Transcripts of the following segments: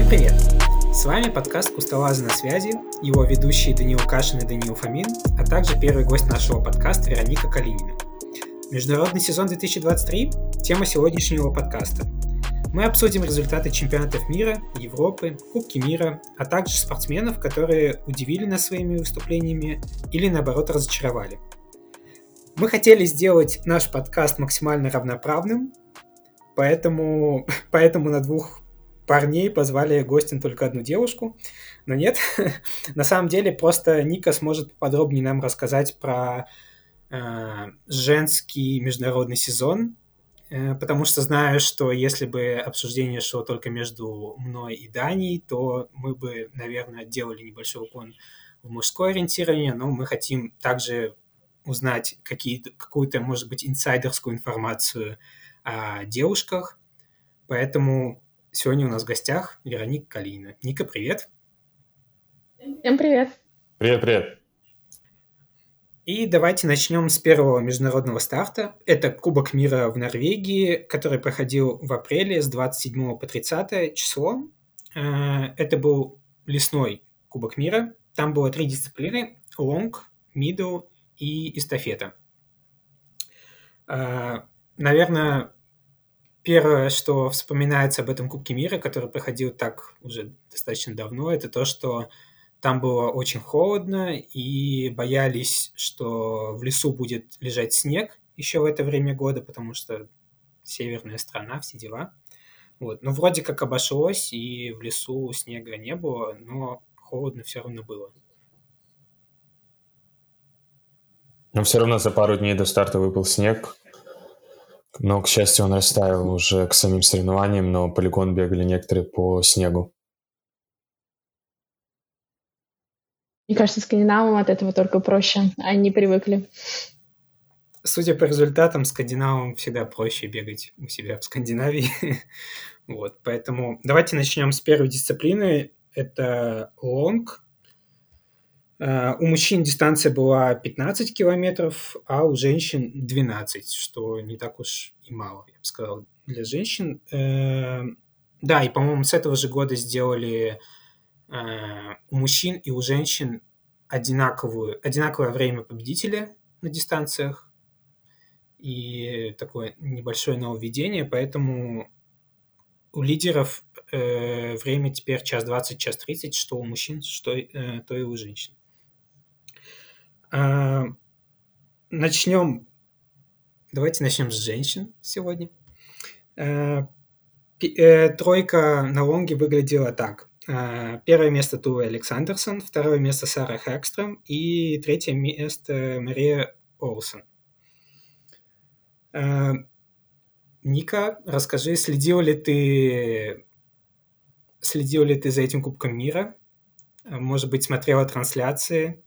привет! С вами подкаст «Кустолазы на связи», его ведущие Даниил Кашин и Даниил Фомин, а также первый гость нашего подкаста Вероника Калинина. Международный сезон 2023 – тема сегодняшнего подкаста. Мы обсудим результаты чемпионатов мира, Европы, Кубки мира, а также спортсменов, которые удивили нас своими выступлениями или, наоборот, разочаровали. Мы хотели сделать наш подкаст максимально равноправным, поэтому на двух парней позвали гостем только одну девушку, но нет. На самом деле просто Ника сможет подробнее нам рассказать про женский международный сезон, потому что знаю, что если бы обсуждение шло только между мной и Даней, то мы бы, наверное, делали небольшой уклон в мужское ориентирование, но мы хотим также узнать какую-то, может быть, инсайдерскую информацию о девушках, поэтому сегодня у нас в гостях Вероника Калинина. Ника, привет! Всем привет! Привет! И давайте начнем с первого международного старта. Это Кубок мира в Норвегии, который проходил в апреле с 27 по 30 число. Это был лесной Кубок мира. Там было 3 дисциплины – лонг, мидл и эстафета. Наверное, первое, что вспоминается об этом Кубке мира, который проходил так уже достаточно давно, это то, что там было очень холодно и боялись, что в лесу будет лежать снег еще в это время года, потому что северная страна, все дела. Вот. Но вроде как обошлось, и в лесу снега не было, но холодно все равно было. Но все равно за пару дней до старта выпал снег. Но, к счастью, он растаял уже к самим соревнованиям, но полигон бегали некоторые по снегу. Мне кажется, скандинавам от этого только проще. Они привыкли. Судя по результатам, скандинавам всегда проще бегать у себя в Скандинавии. Вот, поэтому давайте начнем с первой дисциплины. Это лонг. У мужчин дистанция была 15 километров, а у женщин 12, что не так уж и мало, я бы сказал, для женщин. Да, и, по-моему, с этого же года сделали у мужчин и у женщин одинаковое время победителя на дистанциях и такое небольшое нововведение, поэтому у лидеров время теперь час 20, час 30, что у мужчин, то и у женщин. Давайте начнем с женщин сегодня. Тройка на лонге выглядела так. Первое место Туве Александерсон, второе место Сара Хэкстрöm и третье место Мария Олсен. Ника, расскажи, следил ли ты за этим Кубком мира? Может быть, смотрела трансляции?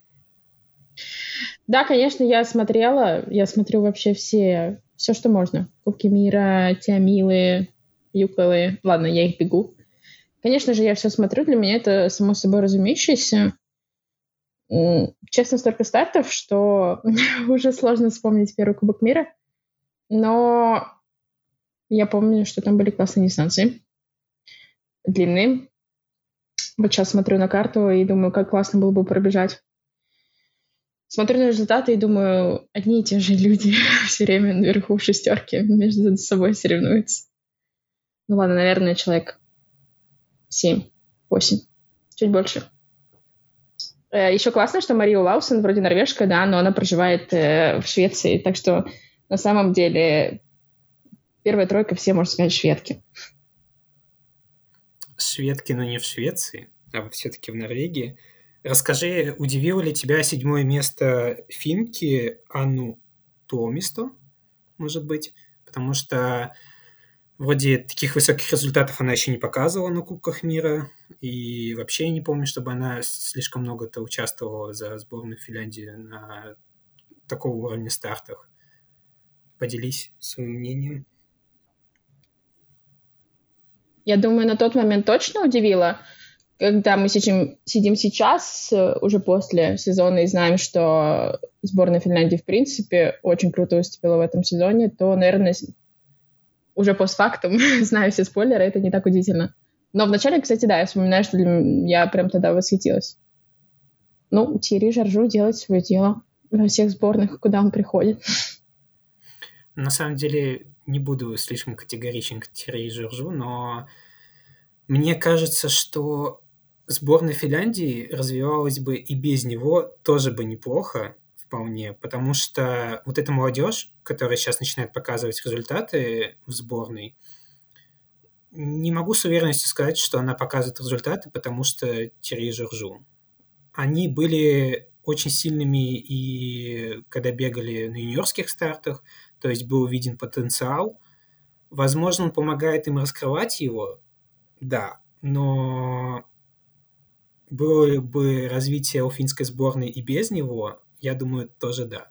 Да, конечно, я смотрела. Я смотрю вообще все, что можно. Кубки мира, Тиамилы, Юколы. Ладно, я их бегу. Конечно же, я все смотрю. Для меня это само собой разумеющееся. Честно, столько стартов, что уже сложно вспомнить первый Кубок мира. Но я помню, что там были классные дистанции. Длинные. Вот сейчас смотрю на карту и думаю, как классно было бы пробежать. Смотрю на результаты и думаю, одни и те же люди все время наверху в шестерке между собой соревнуются. Ну ладно, наверное, человек 7-8, чуть больше. Еще классно, что Мария Олаусен вроде норвежка, да, но она проживает в Швеции, так что на самом деле первая тройка все, можно сказать, шведки. Шведки, но не в Швеции, а все-таки в Норвегии. Расскажи, удивило ли тебя 7 место финки Анну Туомисто, может быть? Потому что вроде таких высоких результатов она еще не показывала на Кубках мира. И вообще я не помню, чтобы она слишком много-то участвовала за сборную Финляндии на такого уровня стартах. Поделись своим мнением. Я думаю, на тот момент точно удивила. Когда мы сидим сейчас, уже после сезона, и знаем, что сборная Финляндии, в принципе, очень круто выступила в этом сезоне, то, наверное, уже постфактум, зная все спойлеры, это не так удивительно. Но вначале, кстати, да, я вспоминаю, что я прям тогда восхитилась. Ну, Тьерри Жоржу делает свое дело во всех сборных, куда он приходит. На самом деле, не буду слишком категоричен к Тьерри Жоржу, но мне кажется, что сборная Финляндии развивалась бы и без него тоже бы неплохо вполне, потому что вот эта молодежь, которая сейчас начинает показывать результаты в сборной, не могу с уверенностью сказать, что она показывает результаты, потому что Тьерри Жоржу. Они были очень сильными и когда бегали на юниорских стартах, то есть был виден потенциал. Возможно, он помогает им раскрывать его, да, но было бы развитие у финской сборной и без него, я думаю, тоже да.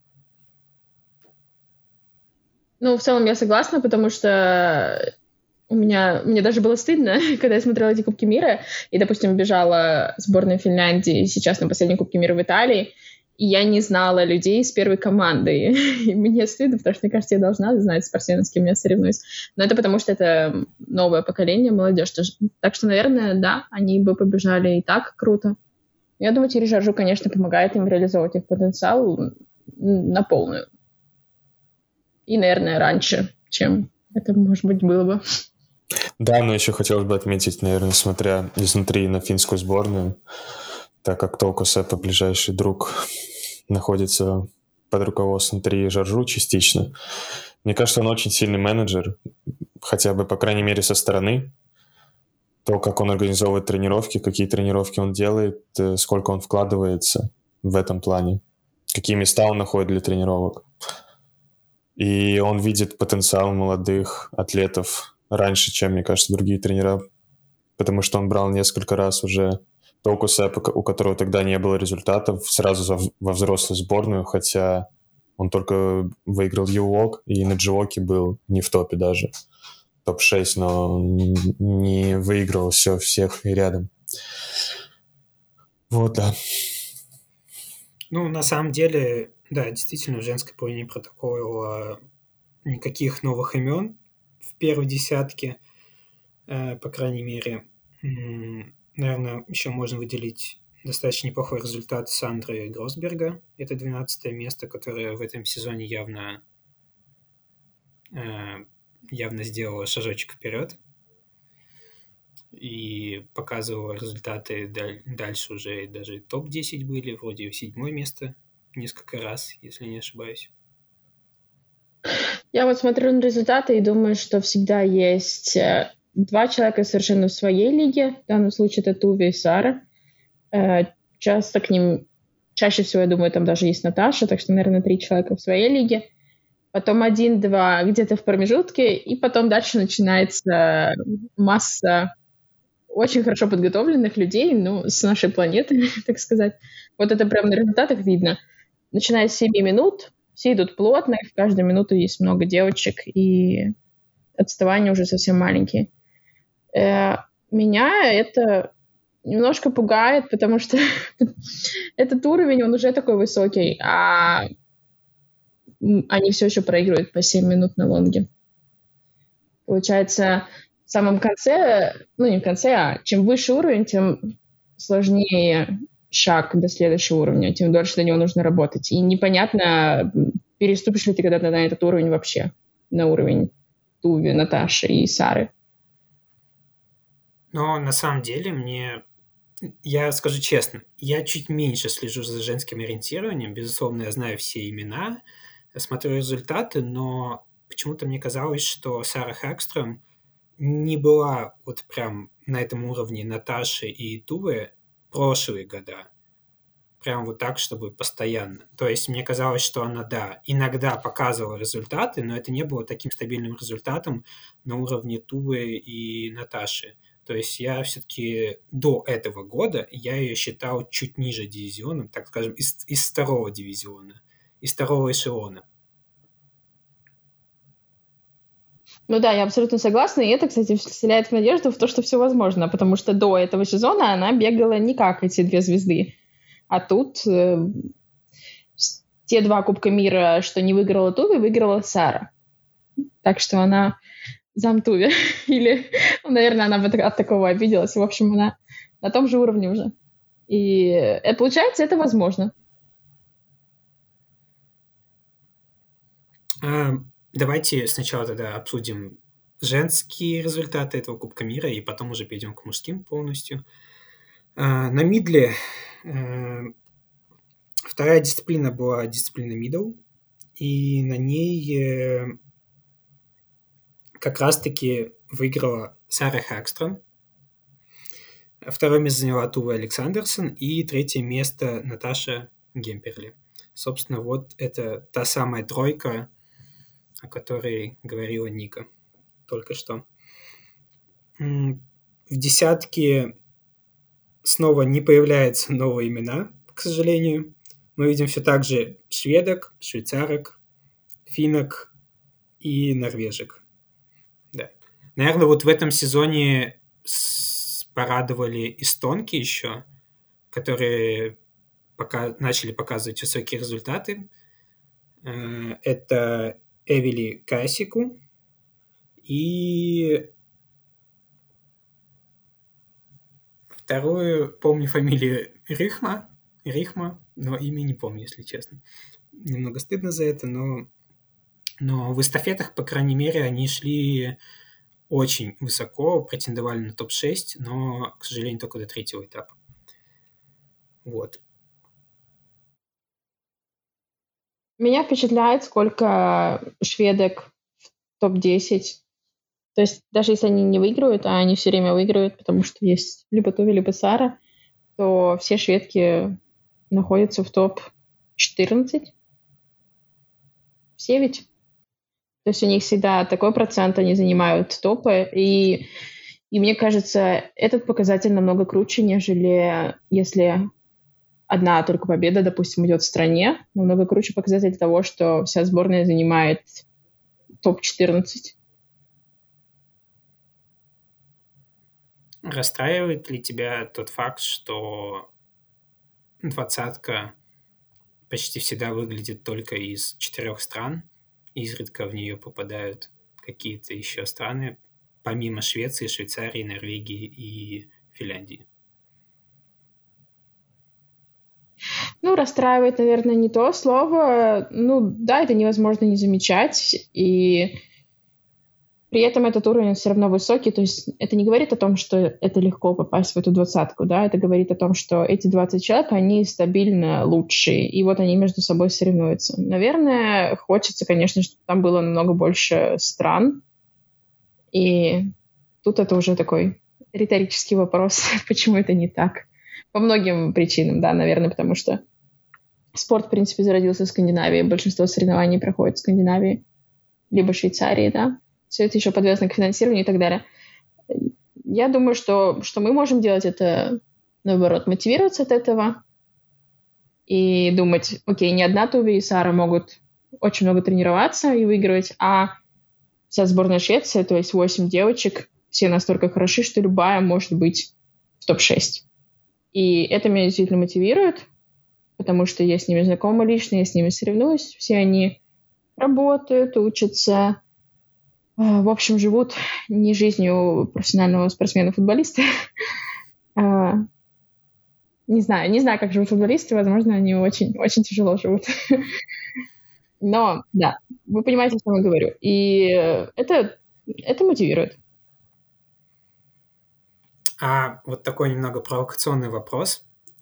Ну, в целом я согласна, потому что мне даже было стыдно, когда я смотрела эти Кубки мира, и, допустим, бежала сборная Финляндии сейчас на последнем Кубке мира в Италии, и я не знала людей с первой командой. И мне стыдно, потому что, мне кажется, я должна знать спортсменов, с кем я соревнуюсь. Но это потому, что это новое поколение, молодежь. Так что, наверное, да, они бы побежали и так круто. Я думаю, Тьерри Жоржу, конечно, помогает им реализовывать их потенциал на полную. И, наверное, раньше, чем это, может быть, было бы. Да, но еще хотелось бы отметить, наверное, смотря изнутри на финскую сборную, так как Touko Sepä, ближайший друг, находится под руководством Тьерри Жоржу частично. Мне кажется, он очень сильный менеджер, хотя бы, по крайней мере, со стороны. То, как он организовывает тренировки, какие тренировки он делает, сколько он вкладывается в этом плане, какие места он находит для тренировок. И он видит потенциал молодых атлетов раньше, чем, мне кажется, другие тренера, потому что он брал несколько раз уже Touko Sepä, у которого тогда не было результатов, сразу во взрослую сборную, хотя он только выиграл U-Walk и на G-Walk был не в топе даже, топ-6, но не выигрывал всех и рядом. Вот, да. Ну, на самом деле, да, действительно, в женской половине протокола никаких новых имен в первой десятке, по крайней мере. Наверное, еще можно выделить достаточно неплохой результат Сандры Гросберга. Это 12-е место, которое в этом сезоне явно сделала шажочек вперед и показывала результаты дальше уже даже топ-10 были, вроде 7-е место несколько раз, если не ошибаюсь. Я вот смотрю на результаты и думаю, что всегда есть два человека совершенно в своей лиге. В данном случае это Туви и Сара. Часто к ним, чаще всего, я думаю, там даже есть Наташа, так что, наверное, 3 человека в своей лиге. Потом 1-2 где-то в промежутке, и потом дальше начинается масса очень хорошо подготовленных людей, ну, с нашей планеты, так сказать. Вот это прямо на результатах видно. Начиная с 7 минут, все идут плотно, в каждую минуту есть много девочек, и отставания уже совсем маленькие. Меня это немножко пугает, потому что этот уровень, он уже такой высокий, а они все еще проигрывают по 7 минут на лонге. Получается, в самом конце, ну не в конце, а чем выше уровень, тем сложнее шаг до следующего уровня, тем дольше до него нужно работать. И непонятно, переступишь ли ты когда-то на этот уровень вообще, на уровень Туви, Наташи и Сары. Но на самом деле я скажу честно, я чуть меньше слежу за женским ориентированием. Безусловно, я знаю все имена, я смотрю результаты, но почему-то мне казалось, что Сара Хагстрöm не была вот прям на этом уровне Наташи и Тувы прошлые года. Прям вот так, чтобы постоянно. То есть мне казалось, что она, да, иногда показывала результаты, но это не было таким стабильным результатом на уровне Тувы и Наташи. То есть я все-таки до этого года я ее считал чуть ниже дивизионом, так скажем, из второго дивизиона, из второго эшелона. Ну да, я абсолютно согласна, и это, кстати, вселяет надежду в то, что все возможно, потому что до этого сезона она бегала не как эти 2 звезды. А тут те 2 Кубка мира, что не выиграла Туви, выиграла Сара. Так что она Замтуве. Или, наверное, она бы от такого обиделась. В общем, она на том же уровне уже. И получается, это возможно. Давайте сначала тогда обсудим женские результаты этого Кубка мира, и потом уже перейдем к мужским полностью. На мидле вторая дисциплина была дисциплина мидл, и на ней как раз-таки выиграла Сара Хагстром. Второе место заняла Тува Александерсон, и третье место Наташа Гемперли. Собственно, вот это та самая тройка, о которой говорила Ника только что. В десятке снова не появляются новые имена, к сожалению. Мы видим все так же шведок, швейцарок, финнок и норвежек. Да. Наверное, вот в этом сезоне порадовали эстонки еще, которые начали показывать высокие результаты. Это Эвели Касику и вторую, помню фамилию Рихма, но имя не помню, если честно. Немного стыдно за это, но в эстафетах, по крайней мере, они шли очень высоко, претендовали на топ-6, но, к сожалению, только до третьего этапа. Вот. Меня впечатляет, сколько шведок в топ-10. То есть даже если они не выигрывают, а они все время выигрывают, потому что есть либо Туви, либо Сара, то все шведки находятся в топ-14. Все ведь. То есть у них всегда такой процент, они занимают топы. И мне кажется, этот показатель намного круче, нежели если одна только победа, допустим, идет в стране. Намного круче показатель того, что вся сборная занимает топ-14. Расстраивает ли тебя тот факт, что двадцатка почти всегда выглядит только из 4 стран, изредка в нее попадают какие-то еще страны, помимо Швеции, Швейцарии, Норвегии и Финляндии? Расстраивает, наверное, не то слово. Да, это невозможно не замечать. И при этом этот уровень все равно высокий. То есть это не говорит о том, что это легко попасть в эту двадцатку, да. Это говорит о том, что эти 20 человек, они стабильно лучшие. И вот они между собой соревнуются. Наверное, хочется, конечно, чтобы там было намного больше стран. И тут это уже такой риторический вопрос, почему это не так. По многим причинам, да, наверное, потому что спорт, в принципе, зародился в Скандинавии. Большинство соревнований проходит в Скандинавии, либо Швейцарии, да. Все это еще подвязано к финансированию и так далее. Я думаю, что мы можем делать это, наоборот, мотивироваться от этого и думать, окей, не одна Туви и Сара могут очень много тренироваться и выигрывать, а вся сборная Швеции, то есть 8 девочек, все настолько хороши, что любая может быть в топ-6. И это меня действительно мотивирует, потому что я с ними знакома лично, я с ними соревнуюсь. Все они работают, учатся, в общем, живут не жизнью профессионального спортсмена-футболиста. Не знаю, как живут футболисты, возможно, они очень, очень тяжело живут. Но, да, вы понимаете, о чем я говорю. И это мотивирует. А вот такой немного провокационный вопрос.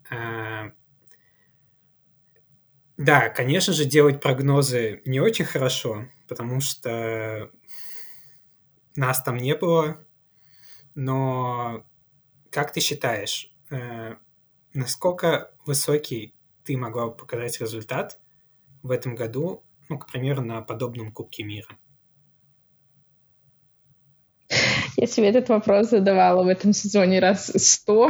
Да, конечно же, делать прогнозы не очень хорошо, потому что нас там не было. Но как ты считаешь, насколько высокий ты могла бы показать результат в этом году, к примеру, на подобном Кубке мира? Я себе этот вопрос задавала в этом сезоне раз 100.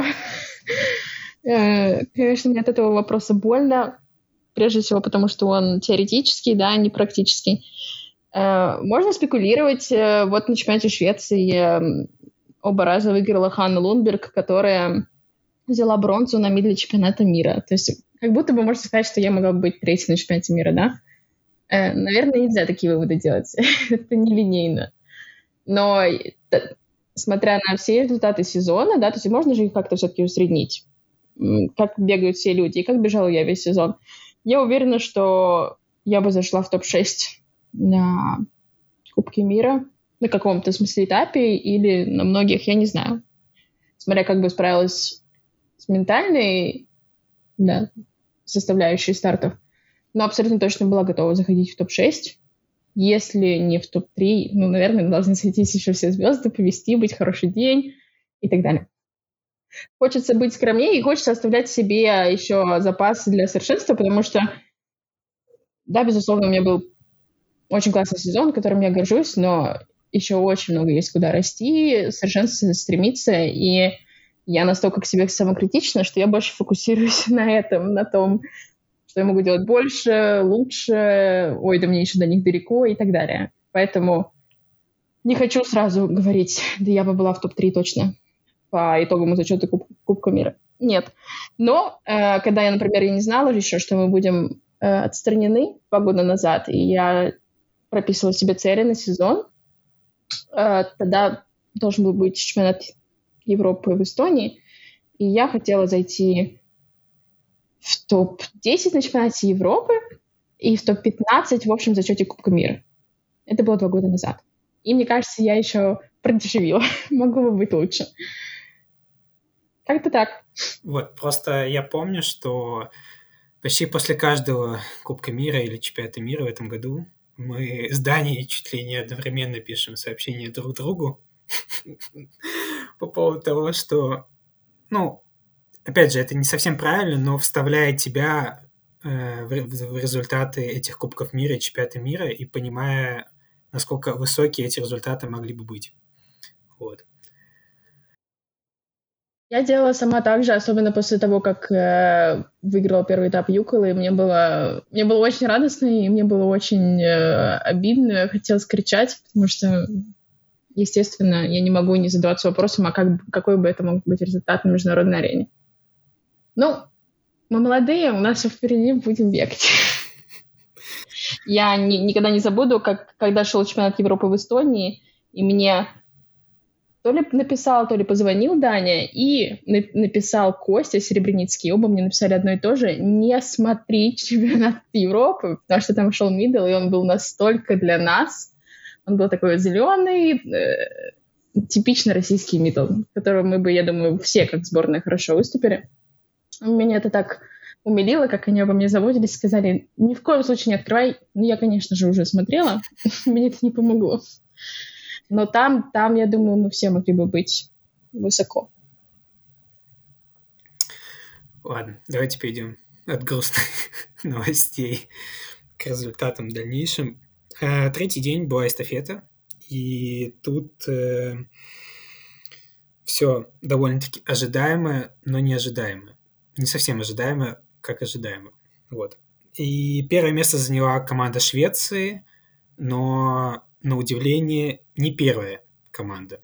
Конечно, мне от этого вопроса больно. Прежде всего, потому что он теоретический, да, не практический. Можно спекулировать. Вот на чемпионате Швеции оба раза выиграла Ханна Лундберг, которая взяла бронзу на мидле чемпионата мира. То есть как будто бы можно сказать, что я могла бы быть третьей на чемпионате мира, да? Наверное, нельзя такие выводы делать. Это нелинейно. Но смотря на все результаты сезона, да, то есть можно же их как-то все-таки усреднить, как бегают все люди и как бежал я весь сезон. Я уверена, что я бы зашла в топ-6 на Кубке мира на каком-то смысле этапе или на многих, я не знаю. Смотря как бы справилась с ментальной, да, составляющей стартов. Но абсолютно точно была готова заходить в топ-6. Если не в топ-3, ну, наверное, должны сойтись еще все звезды, повести, быть хороший день и так далее. Хочется быть скромнее и хочется оставлять себе еще запас для совершенства, потому что, да, безусловно, у меня был очень классный сезон, которым я горжусь, но еще очень много есть куда расти, совершенствоваться, стремиться, и я настолько к себе самокритична, что я больше фокусируюсь на этом, на том, что я могу делать больше, лучше, ой, да мне еще до них далеко и так далее. Поэтому не хочу сразу говорить, да я бы была в топ-3 точно по итоговому зачету Кубка мира. Нет. Но когда я, например, я не знала еще, что мы будем отстранены 2 года назад, и я прописывала себе цели на сезон, тогда должен был быть чемпионат Европы в Эстонии, и я хотела зайти в топ-10 на чемпионате Европы и в топ-15 в общем зачете Кубка мира. Это было 2 года назад. И мне кажется, я еще продешевила. Могло бы быть лучше. Как-то так. Вот, просто я помню, что почти после каждого Кубка мира или чемпионата мира в этом году мы с Данией чуть ли не одновременно пишем сообщения друг другу по поводу того, что, ну, опять же, это не совсем правильно, но вставляя тебя в результаты этих Кубков мира и чемпионата мира и понимая, насколько высокие эти результаты могли бы быть. Вот. Я делала сама так же, особенно после того, как выиграла первый этап Юколы. Мне было очень радостно, и мне было очень обидно. Я хотела кричать, потому что, естественно, я не могу не задаваться вопросом, какой бы это мог быть результат на международной арене. Ну, мы молодые, у нас все впереди, будем бегать. Я никогда не забуду, когда шел чемпионат Европы в Эстонии, и мне то ли написал, то ли позвонил Даня, и написал Костя Серебряницкий. Оба мне написали одно и то же. Не смотри чемпионат Европы, потому что там шел мидл, и он был настолько для нас. Он был такой зеленый, типично российский мидл, в котором мы бы, я думаю, все как сборная хорошо выступили. Меня это так умилило, как они обо мне заботились, сказали, ни в коем случае не открывай. Ну, я, конечно же, уже смотрела, мне это не помогло. Но там, я думаю, мы все могли бы быть высоко. Ладно, давайте перейдем от грустных новостей к результатам дальнейшим. Третий день была эстафета, и тут все довольно-таки ожидаемо, но неожидаемо. Не совсем ожидаемо, как ожидаемо. Вот. И первое место заняла команда Швеции, но, на удивление, не первая команда.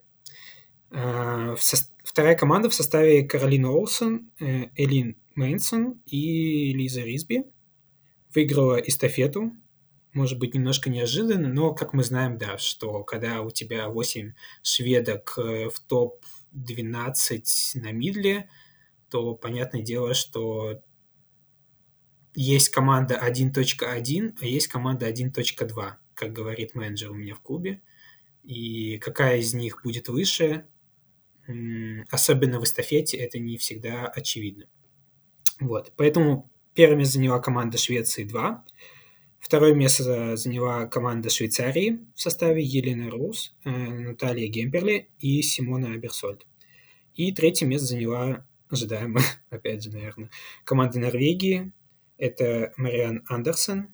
Вторая команда в составе Каролина Олсен, Элин Мейнсон и Лиза Рисби выиграла эстафету. Может быть, немножко неожиданно, но, как мы знаем, да, что когда у тебя 8 шведок в топ-12 на мидле, то понятное дело, что есть команда 1.1, а есть команда 1.2, как говорит менеджер у меня в клубе. И какая из них будет выше, особенно в эстафете, это не всегда очевидно. Вот. Поэтому первое место заняла команда Швеции 2. Второе место заняла команда Швейцарии в составе Елены Роуз, Наталья Гемперли и Симона Аберсольд. И третье место заняла, ожидаемо, опять же, наверное, команда Норвегии. Это Мариан Андерсен,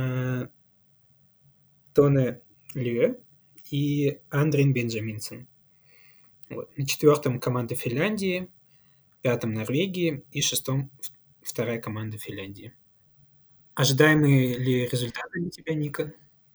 Тоне Лье и Андрин Бенджаминсон. Вот. На четвертом команда Финляндии, пятом Норвегии и шестом вторая команда Финляндии. Ожидаемые ли результаты для тебя, Ника?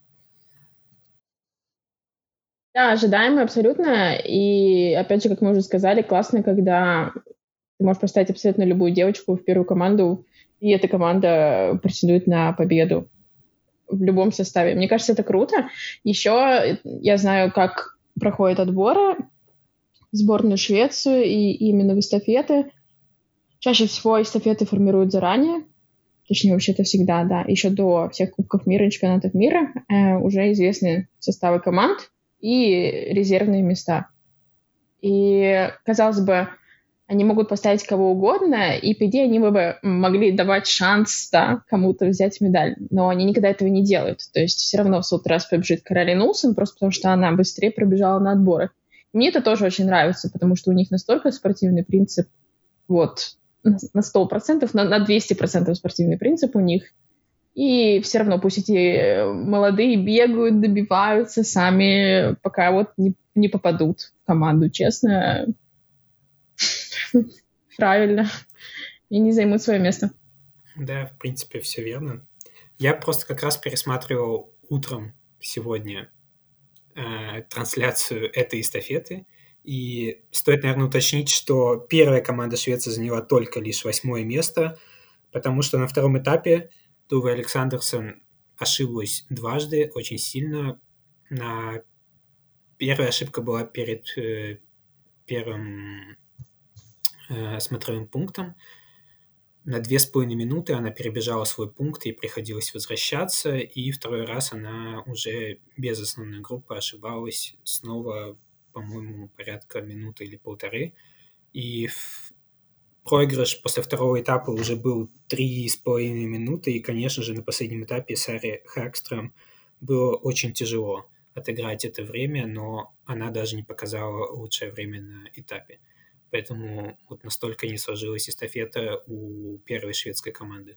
Да, ожидаемые абсолютно. И опять же, как мы уже сказали, классно, когда ты можешь поставить абсолютно любую девочку в первую команду, и эта команда претендует на победу в любом составе. Мне кажется, это круто. Еще я знаю, как проходят отборы в сборную Швецию и именно в эстафеты. Чаще всего эстафеты формируют заранее, точнее, вообще-то всегда, да, еще до всех Кубков мира и чемпионатов мира уже известны составы команд и резервные места. И, казалось бы, они могут поставить кого угодно, и, по идее, они бы могли давать шанс, да, кому-то взять медаль. Но они никогда этого не делают. То есть все равно в сотый раз побежит Каролина Улсон, просто потому что она быстрее пробежала на отборы. Мне это тоже очень нравится, потому что у них настолько спортивный принцип, вот, на 100%, на 200% спортивный принцип у них. И все равно пусть эти молодые бегают, добиваются сами, пока вот не попадут в команду, честно. Правильно. И не займут свое место. Да, в принципе, все верно. Я просто как раз пересматривал утром сегодня трансляцию этой эстафеты, и стоит, наверное, уточнить, что первая команда Швеции заняла только лишь 8 место, потому что на втором этапе Туве Александрсон ошиблась дважды очень сильно. Первая ошибка была перед первым смотровым пунктом. На 2,5 минуты она перебежала свой пункт, ей приходилось возвращаться, и второй раз она уже без основной группы ошибалась снова, по-моему, порядка минуты или полторы. И проигрыш после второго этапа уже был 3,5 минуты, и, конечно же, на последнем этапе Саре Хагстрöm было очень тяжело отыграть это время, но она даже не показала лучшее время на этапе. Поэтому вот настолько не сложилась эстафета у первой шведской команды.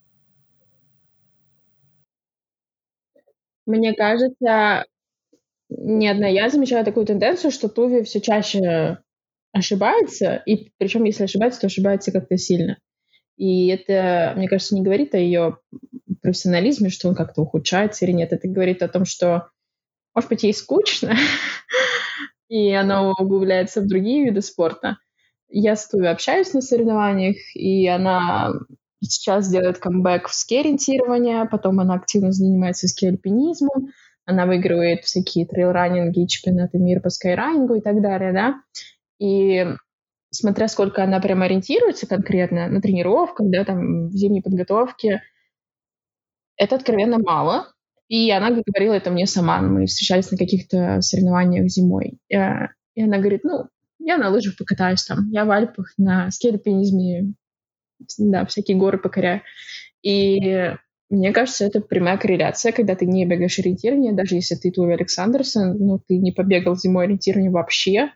Мне кажется, не одна я замечаю такую тенденцию, что Туви все чаще ошибается, и причем если ошибается, то ошибается как-то сильно. И это, мне кажется, не говорит о ее профессионализме, что он как-то ухудшается или нет. Это говорит о том, что, может быть, ей скучно, и она углубляется в другие виды спорта. Я с Туви общаюсь на соревнованиях, и она сейчас делает камбэк в ски-ориентирование, потом она активно занимается ски-альпинизмом, она выигрывает всякие трейл-раннинги, чемпионаты мира по скайранингу и так далее, да. И смотря сколько она прям ориентируется конкретно на тренировках, да, там, в зимней подготовке, это откровенно мало. И она говорила это мне сама. Мы встречались на каких-то соревнованиях зимой. И она говорит, я на лыжах покатаюсь там, я в Альпах на ски-альпинизме, да, всякие горы покоряю. И мне кажется, это прямая корреляция, когда ты не бегаешь ориентирование, даже если ты Туве Александрсон, ты не побегал зимой ориентирование вообще,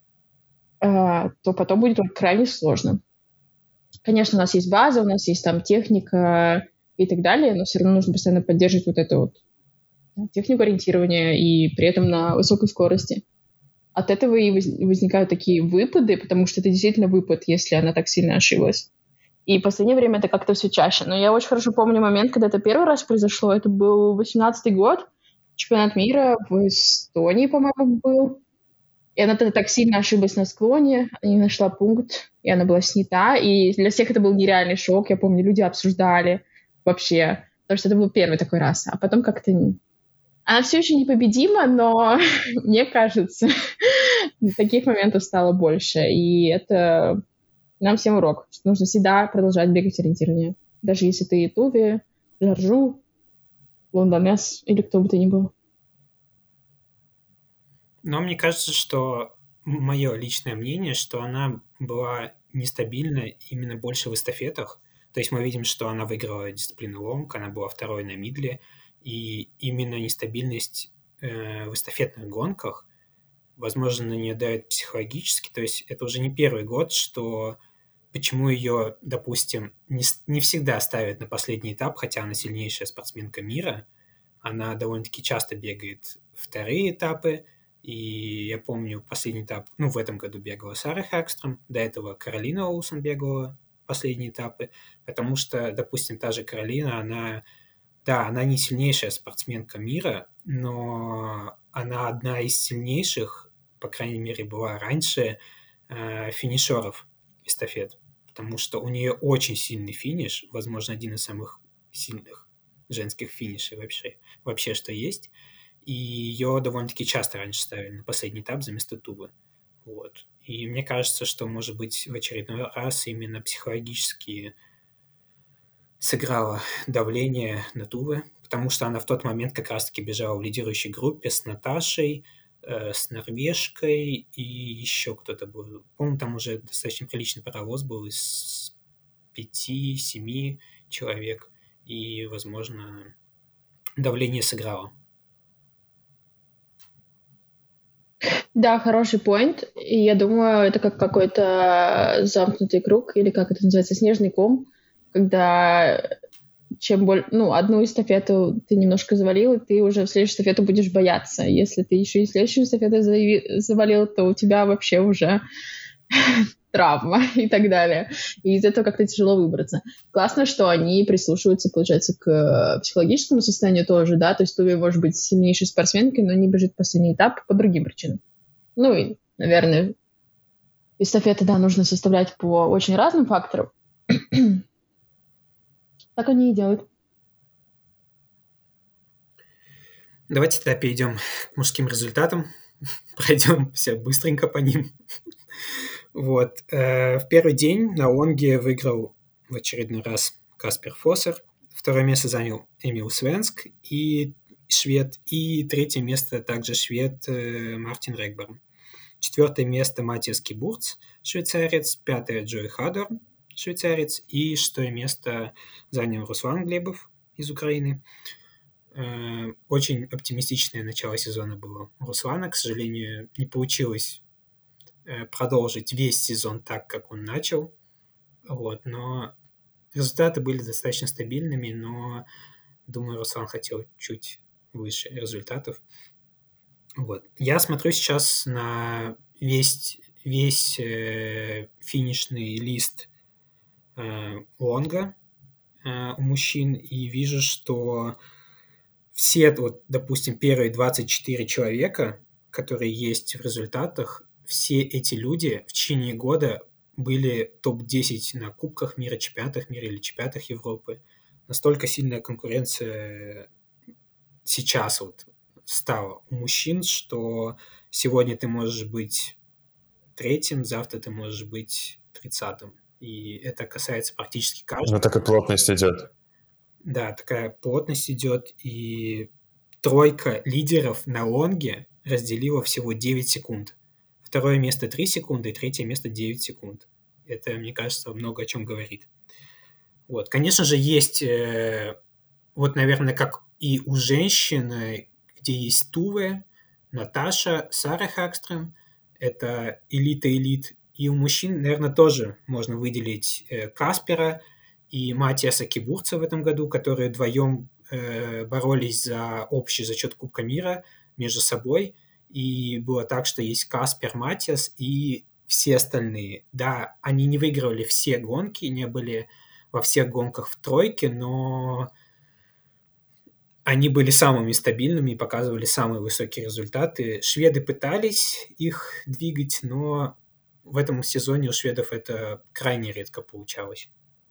то потом будет крайне сложно. Конечно, у нас есть база, у нас есть там техника и так далее, но все равно нужно постоянно поддерживать вот эту вот технику ориентирования и при этом на высокой скорости. От этого и возникают такие выпады, потому что это действительно выпад, если она так сильно ошиблась. И в последнее время это как-то все чаще. Но я очень хорошо помню момент, когда это первый раз произошло. Это был 18-й год, чемпионат мира в Эстонии, по-моему, был. И она тогда так сильно ошиблась на склоне, не нашла пункт, и она была снята. И для всех это был нереальный шок. Я помню, люди обсуждали вообще, потому что это был первый такой раз. А потом как-то... Она все еще непобедима, но мне кажется, таких моментов стало больше. И это нам всем урок, что нужно всегда продолжать бегать ориентирование. Даже если ты Туве, Жаржу, Лондонес или кто бы то ни был. Но мне кажется, что мое личное мнение, что она была нестабильна именно больше в эстафетах. То есть мы видим, что она выиграла дисциплину лонг, она была второй на мидле, и именно нестабильность в эстафетных гонках, возможно, на нее давит психологически. То есть это уже не первый год, что почему ее, допустим, не всегда ставят на последний этап, хотя она сильнейшая спортсменка мира. Она довольно-таки часто бегает вторые этапы, и я помню последний этап, в этом году бегала Сара Хагстрöm, до этого Каролина Олсен бегала последние этапы, потому что, допустим, та же Каролина, она не сильнейшая спортсменка мира, но она одна из сильнейших, по крайней мере, была раньше, финишеров эстафет, потому что у нее очень сильный финиш, возможно, один из самых сильных женских финишей вообще что есть. и ее довольно-таки часто раньше ставили на последний этап вместо Тувы. Вот. И мне кажется, что, может быть, в очередной раз именно психологически сыграло давление на Тувы, потому что она в тот момент как раз-таки бежала в лидирующей группе с Наташей, с норвежкой и еще кто-то был. По-моему, там уже достаточно приличный паровоз был из 5-7 человек, и, возможно, давление сыграло. Да, хороший поинт. И я думаю, это как какой-то замкнутый круг, или как это называется, снежный ком, когда чем больше, одну эстафету ты немножко завалил, и ты уже в следующую эстафету будешь бояться. Если ты еще и следующую эстафету завалил, то у тебя вообще уже травма и так далее. И из этого как-то тяжело выбраться. Классно, что они прислушиваются, получается, к психологическому состоянию тоже, да, то есть ты можешь быть сильнейшей спортсменкой, но не бежит в последний этап по другим причинам. И, наверное, эстафеты, да, нужно составлять по очень разным факторам. Так они и делают. Давайте тогда перейдем к мужским результатам. Пройдем все быстренько по ним. Вот. В первый день на лонге выиграл в очередной раз Каспер Фоссер. Второе место занял Эмил Свенск и швед. И третье место также швед Мартин Регберн. Четвертое место Матиас Кибурц, швейцарец. Пятое Джой Хадор, швейцарец. И шестое место занял Руслан Глебов из Украины. Очень оптимистичное начало сезона было у Руслана. К сожалению, не получилось продолжить весь сезон так, как он начал. Вот, но результаты были достаточно стабильными, но, думаю, Руслан хотел чуть выше результатов. Вот. Я смотрю сейчас на весь финишный лист лонга у мужчин и вижу, что все, вот, допустим, первые 24 человека, которые есть в результатах, все эти люди в течение года были топ-10 на Кубках мира, чемпионатах мира или чемпионатах Европы. Настолько сильная конкуренция сейчас вот стала у мужчин, что сегодня ты можешь быть третьим, завтра ты можешь быть 30-м. И это касается практически каждого. Так и плотность идет. Да, такая плотность идет, и тройка лидеров на лонге разделила всего 9 секунд. Второе место 3 секунды, и третье место 9 секунд. Это, мне кажется, много о чем говорит. Вот. Конечно же, есть, вот, наверное, как и у женщин, где есть Туве, Наташа, Сара Хакстрем, это элита-элит. И у мужчин, наверное, тоже можно выделить Каспера и Матиаса Кибурца в этом году, которые вдвоем боролись за общий зачет Кубка мира между собой. И было так, что есть Каспер, Матиас и все остальные. Да, они не выигрывали все гонки, не были во всех гонках в тройке, но они были самыми стабильными и показывали самые высокие результаты. Шведы пытались их двигать, но в этом сезоне у шведов это крайне редко получалось.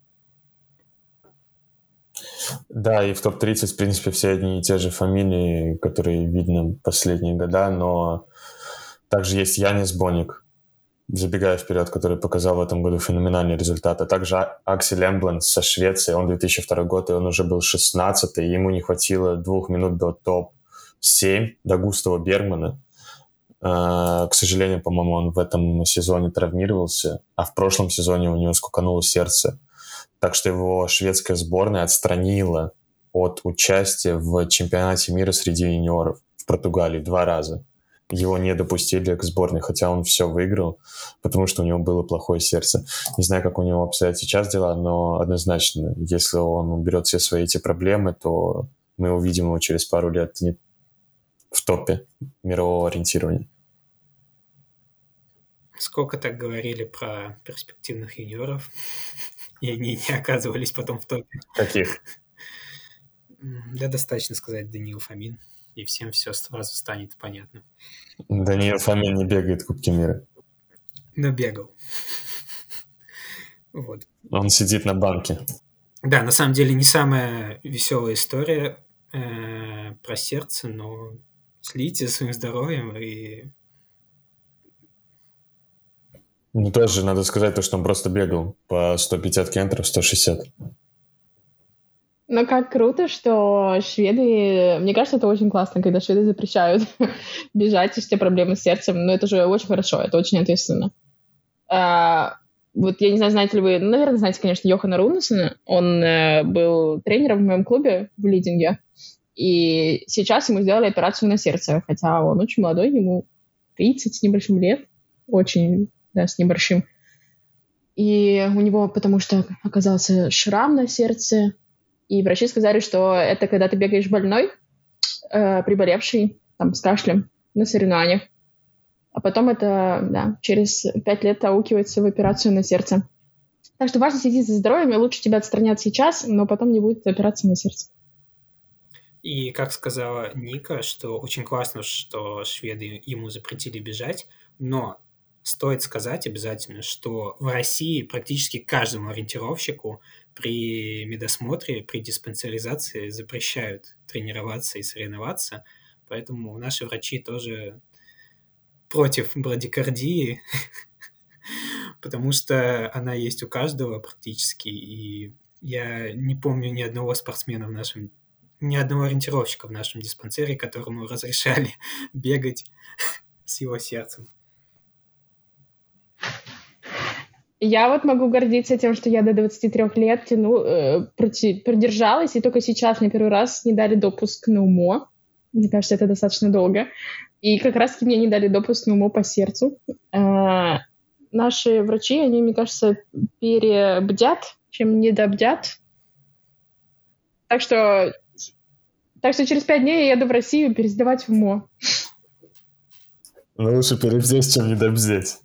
Да, и в топ-30, в принципе, все одни и те же фамилии, которые видно последние года, но также есть Янис Боник, забегая вперед, который показал в этом году феноменальный результат, а также Аксель Эмблен со Швеции, он 2002 год, и он уже был 16-й, ему не хватило 2 минут до топ-7, до Густава Бергмана. К сожалению, по-моему, он в этом сезоне травмировался, а в прошлом сезоне у него скукануло сердце. Так что его шведская сборная отстранила от участия в чемпионате мира среди юниоров в Португалии 2 раза. Его не допустили к сборной, хотя он все выиграл, потому что у него было плохое сердце. Не знаю, как у него обстоят сейчас дела, но однозначно, если он уберет все свои эти проблемы, то мы увидим его через пару лет в топе мирового ориентирования. Сколько так говорили про перспективных юниоров, и они не оказывались потом в топе. Каких? Да, достаточно сказать Даниил Фомин, и всем все сразу станет понятно. Даниил Фомин не бегает в Кубке мира. Но бегал. Вот. Он сидит на банке. Да, на самом деле не самая веселая история про сердце, но Следите за своим здоровьем и... Ну, тоже надо сказать то, что он просто бегал по 150 метров, 160. Но как круто, что шведы... Мне кажется, это очень классно, когда шведы запрещают бежать, если у тебя проблемы с сердцем. Но это же очень хорошо, это очень ответственно. Вот я не знаю, знаете ли вы... Ну, наверное, знаете, конечно, Йохана Рунесена. Он был тренером в моем клубе в Лидинге. И сейчас ему сделали операцию на сердце. Хотя он очень молодой, ему 30 с небольшим лет. Очень, да, с небольшим. И у него, потому что оказался шрам на сердце, и врачи сказали, что это когда ты бегаешь больной, приболевший, там, с кашлем на соревнованиях. А потом это, да, через 5 лет аукивается в операцию на сердце. Так что важно следить за здоровьем, и лучше тебя отстранят сейчас, но потом не будет операции на сердце. И как сказала Ника, что очень классно, что шведы ему запретили бежать, но стоит сказать обязательно, что в России практически каждому ориентировщику при медосмотре, при диспансеризации запрещают тренироваться и соревноваться, поэтому наши врачи тоже против брадикардии, потому что она есть у каждого практически, и я не помню ни одного спортсмена в нашем, ни одного ориентировщика в нашем диспансере, которому разрешали бегать с его сердцем. Я вот могу гордиться тем, что я до 23 лет продержалась, и только сейчас мне первый раз не дали допуск на УМО. Мне кажется, это достаточно долго. И как раз-таки мне не дали допуск на УМО по сердцу. Наши врачи, они, мне кажется, перебдят, чем недобдят. Так что через 5 дней я еду в Россию пересдавать в УМО. Ну, лучше перебдеть, чем недобдеть.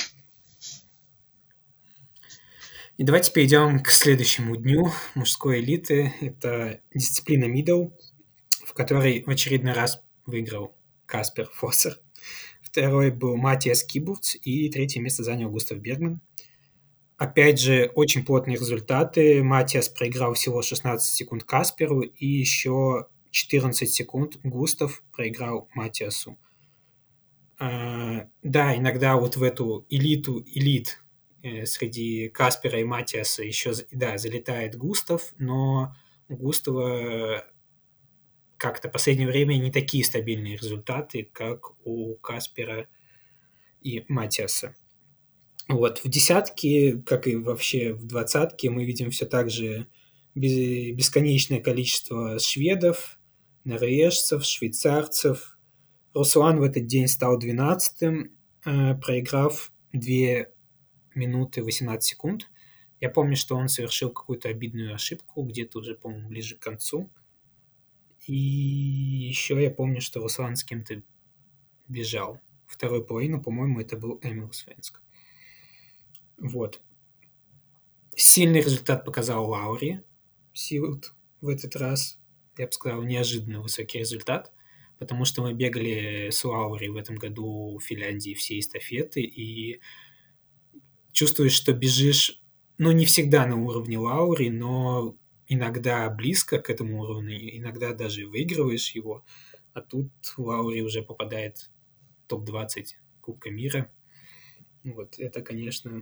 И давайте перейдем к следующему дню мужской элиты. Это дисциплина мидл, в которой в очередной раз выиграл Каспер Фоссер. Второй был Матиас Кибурц, и третье место занял Густав Бергман. Опять же, очень плотные результаты. Матиас проиграл всего 16 секунд Касперу, и еще 14 секунд Густав проиграл Матиасу. Да, иногда вот в эту элит среди Каспера и Матиаса еще, да, залетает Густав, но у Густава как-то в последнее время не такие стабильные результаты, как у Каспера и Матиаса. Вот, в десятке, как и вообще в двадцатке, мы видим все так же бесконечное количество шведов, норвежцев, швейцарцев. Руслан в этот день стал 12-м, проиграв 2 минуты 18 секунд. Я помню, что он совершил какую-то обидную ошибку, где-то уже, по-моему, ближе к концу. И еще я помню, что Руслан с кем-то бежал. Вторую половину, по-моему, это был Эмил Свенск. Вот. Сильный результат показал Лаури Силд в этот раз. Я бы сказал, неожиданно высокий результат, потому что мы бегали с Лаури в этом году в Финляндии все эстафеты, и чувствуешь, что бежишь, ну, не всегда на уровне Лаури, но иногда близко к этому уровню, иногда даже выигрываешь его, а тут Лаури уже попадает в топ-20 Кубка мира. Вот, это, конечно,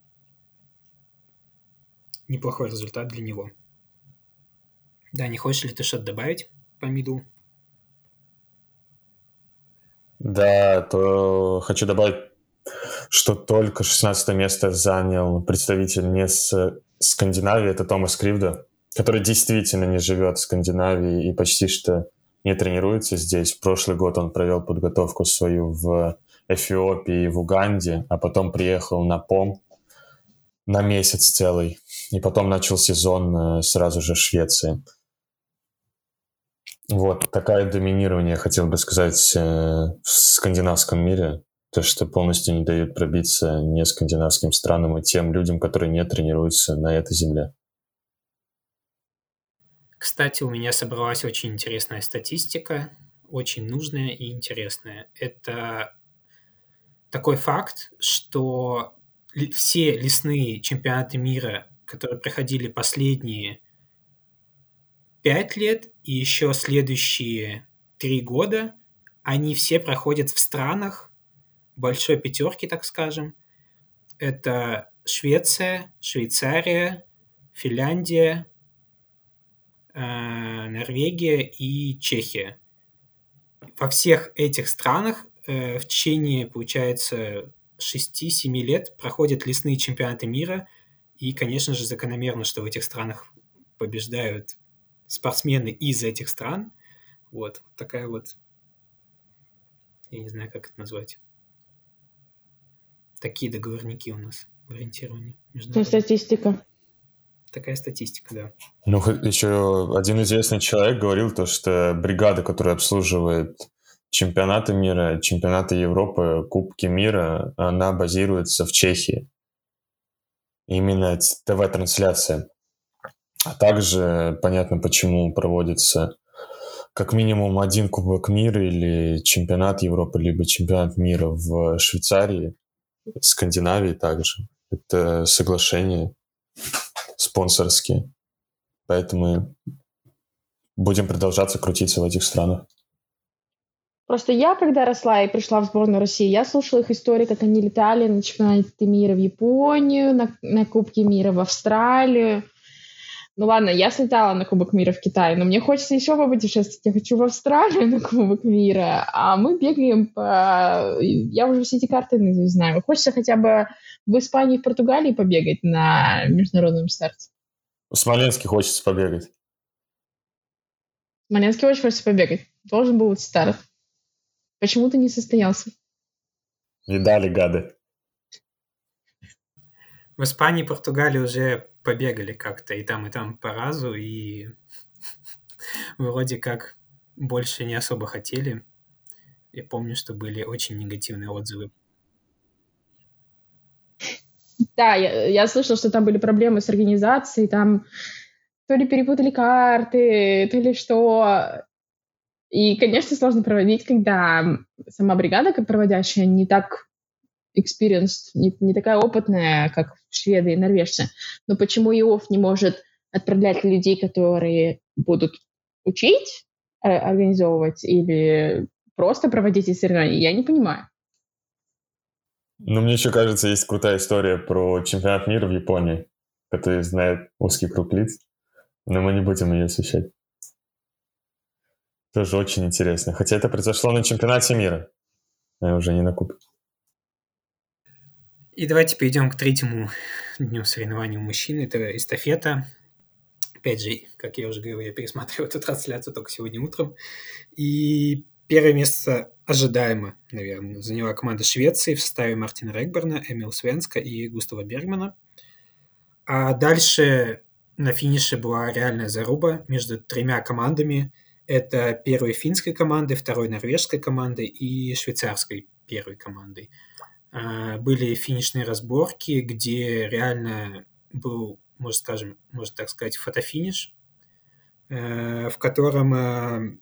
неплохой результат для него. Да, не хочешь ли ты что-то добавить по миду? Да, то хочу добавить, что только 16 место занял представитель не с Скандинавии, это Томас Кривда, который действительно не живет в Скандинавии и почти что не тренируется здесь. В прошлый год он провел подготовку свою в Эфиопии и в Уганде, а потом приехал на ПОМ на месяц целый. И потом начал сезон сразу же в Швеции. Вот, такое доминирование, хотел бы сказать, в скандинавском мире. То, что полностью не дают пробиться не скандинавским странам и тем людям, которые не тренируются на этой земле. Кстати, у меня собралась очень интересная статистика, очень нужная и интересная. Это такой факт, что все лесные чемпионаты мира, которые проходили последние 5 лет и еще следующие 3 года, Они все проходят в странах большой пятерки, так скажем. Это Швеция, Швейцария, Финляндия, Норвегия и Чехия. Во всех этих странах в течение, получается, 6-7 лет проходят лесные чемпионаты мира. И, конечно же, закономерно, что в этих странах побеждают спортсмены из этих стран. Вот такая вот, я не знаю, как это назвать. Такие договорники у нас в ориентировании. Статистика. Такая статистика, да. Ну, еще один известный человек говорил то, что бригада, которая обслуживает чемпионаты мира, чемпионаты Европы, Кубки мира, она базируется в Чехии. Именно ТВ-трансляция. А также понятно, почему проводится как минимум один Кубок мира или чемпионат Европы, либо чемпионат мира в Швейцарии, Скандинавии также. Это соглашения спонсорские. Поэтому будем продолжаться крутиться в этих странах. Просто я, когда росла и пришла в сборную России, я слушала их истории, как они летали на чемпионаты мира в Японию, на Кубки мира в Австралию. Ну ладно, я слетала на Кубок мира в Китай, но мне хочется еще попутешествовать. Я хочу в Австралию на Кубок мира, а мы бегаем по... Я уже все эти карты наизусть знаю. Хочется хотя бы в Испании, в Португалии побегать на международном старте. В Смоленске хочется побегать. В Смоленске очень хочется побегать. Должен был быть старт. Почему-то не состоялся. Не дали, гады. В Испании и Португалии уже побегали как-то и там по разу, и вроде как больше не особо хотели. Я помню, что были очень негативные отзывы. Да, я слышала, что там были проблемы с организацией, там то ли перепутали карты, то ли что. И, конечно, сложно проводить, когда сама бригада, как проводящая, не так experienced, не такая опытная, как шведы и норвежцы. Но почему ИОФ не может отправлять людей, которые будут учить, организовывать или просто проводить эти соревнования, я не понимаю. Ну, мне еще кажется, есть крутая история про чемпионат мира в Японии, который знает узкий круг лиц, но мы не будем ее освещать. Тоже очень интересно. Хотя это произошло на чемпионате мира, а уже не на Кубке. И давайте перейдем к третьему дню соревнований у мужчин. Это эстафета. Опять же, как я уже говорил, я пересматриваю эту трансляцию только сегодня утром. И первое место ожидаемо, наверное, заняла команда Швеции в составе Мартина Регберна, Эмил Свенска и Густава Бергмана. А дальше на финише была реальная заруба между тремя командами. Это первой финской командой, второй норвежской командой и швейцарской первой командой. Были финишные разборки, где реально был, можно так сказать, фотофиниш, в котором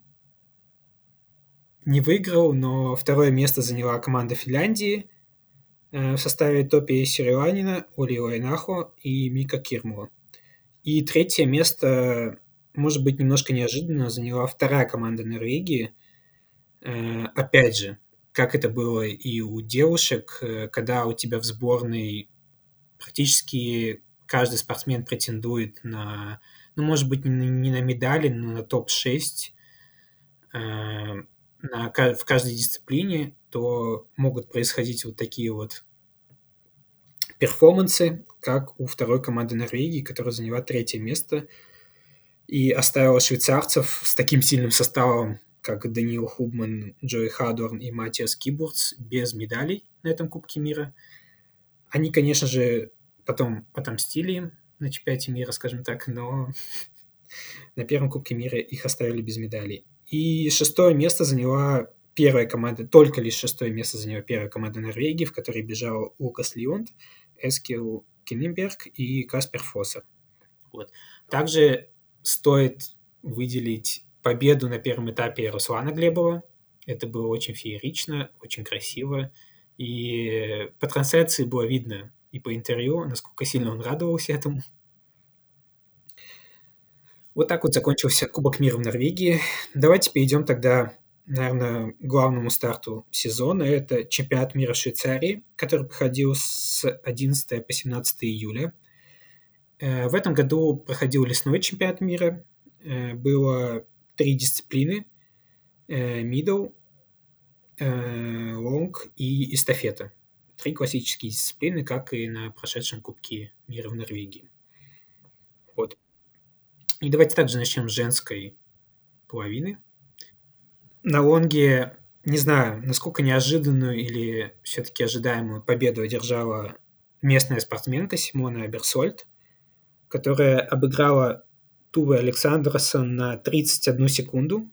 не выиграл, но второе место заняла команда Финляндии в составе Топи Сириланина, Оли Лайнахо и Мика Кирмула. И третье место, может быть, немножко неожиданно, заняла вторая команда Норвегии. Опять же, как это было и у девушек, когда у тебя в сборной практически каждый спортсмен претендует на, ну, может быть, не на медали, но на топ-6 в каждой дисциплине, то могут происходить вот такие вот перформансы, как у второй команды Норвегии, которая заняла третье место и оставила швейцарцев с таким сильным составом, как Даниил Хубман, Джой Хадорн и Матиас Кибурц, без медалей на этом Кубке мира. Они, конечно же, потом отомстили им на чемпионате мира, скажем так, но на первом Кубке мира их оставили без медалей. И шестое место заняла первая команда, только лишь шестое место заняла первая команда Норвегии, в которой бежал Лукас Лионд, Эскил Кинненберг и Каспер Фоссер. Вот. Также стоит выделить победу на первом этапе Руслана Глебова. Это было очень феерично, очень красиво. И по трансляции было видно и по интервью, насколько сильно он радовался этому. Вот так вот закончился Кубок мира в Норвегии. Давайте перейдем тогда наверное, главному старту сезона. Это чемпионат мира в Швейцарии, который проходил с 11 по 17 июля. В этом году проходил лесной чемпионат мира. Было 3 дисциплины: мидл, лонг и эстафета. 3 классические дисциплины, как и на прошедшем Кубке мира в Норвегии. Вот. И давайте также начнем с женской половины. На лонге, не знаю, насколько неожиданную или все-таки ожидаемую победу одержала местная спортсменка Симона Берсольд, которая обыграла Туве Александрсон на 31 секунду.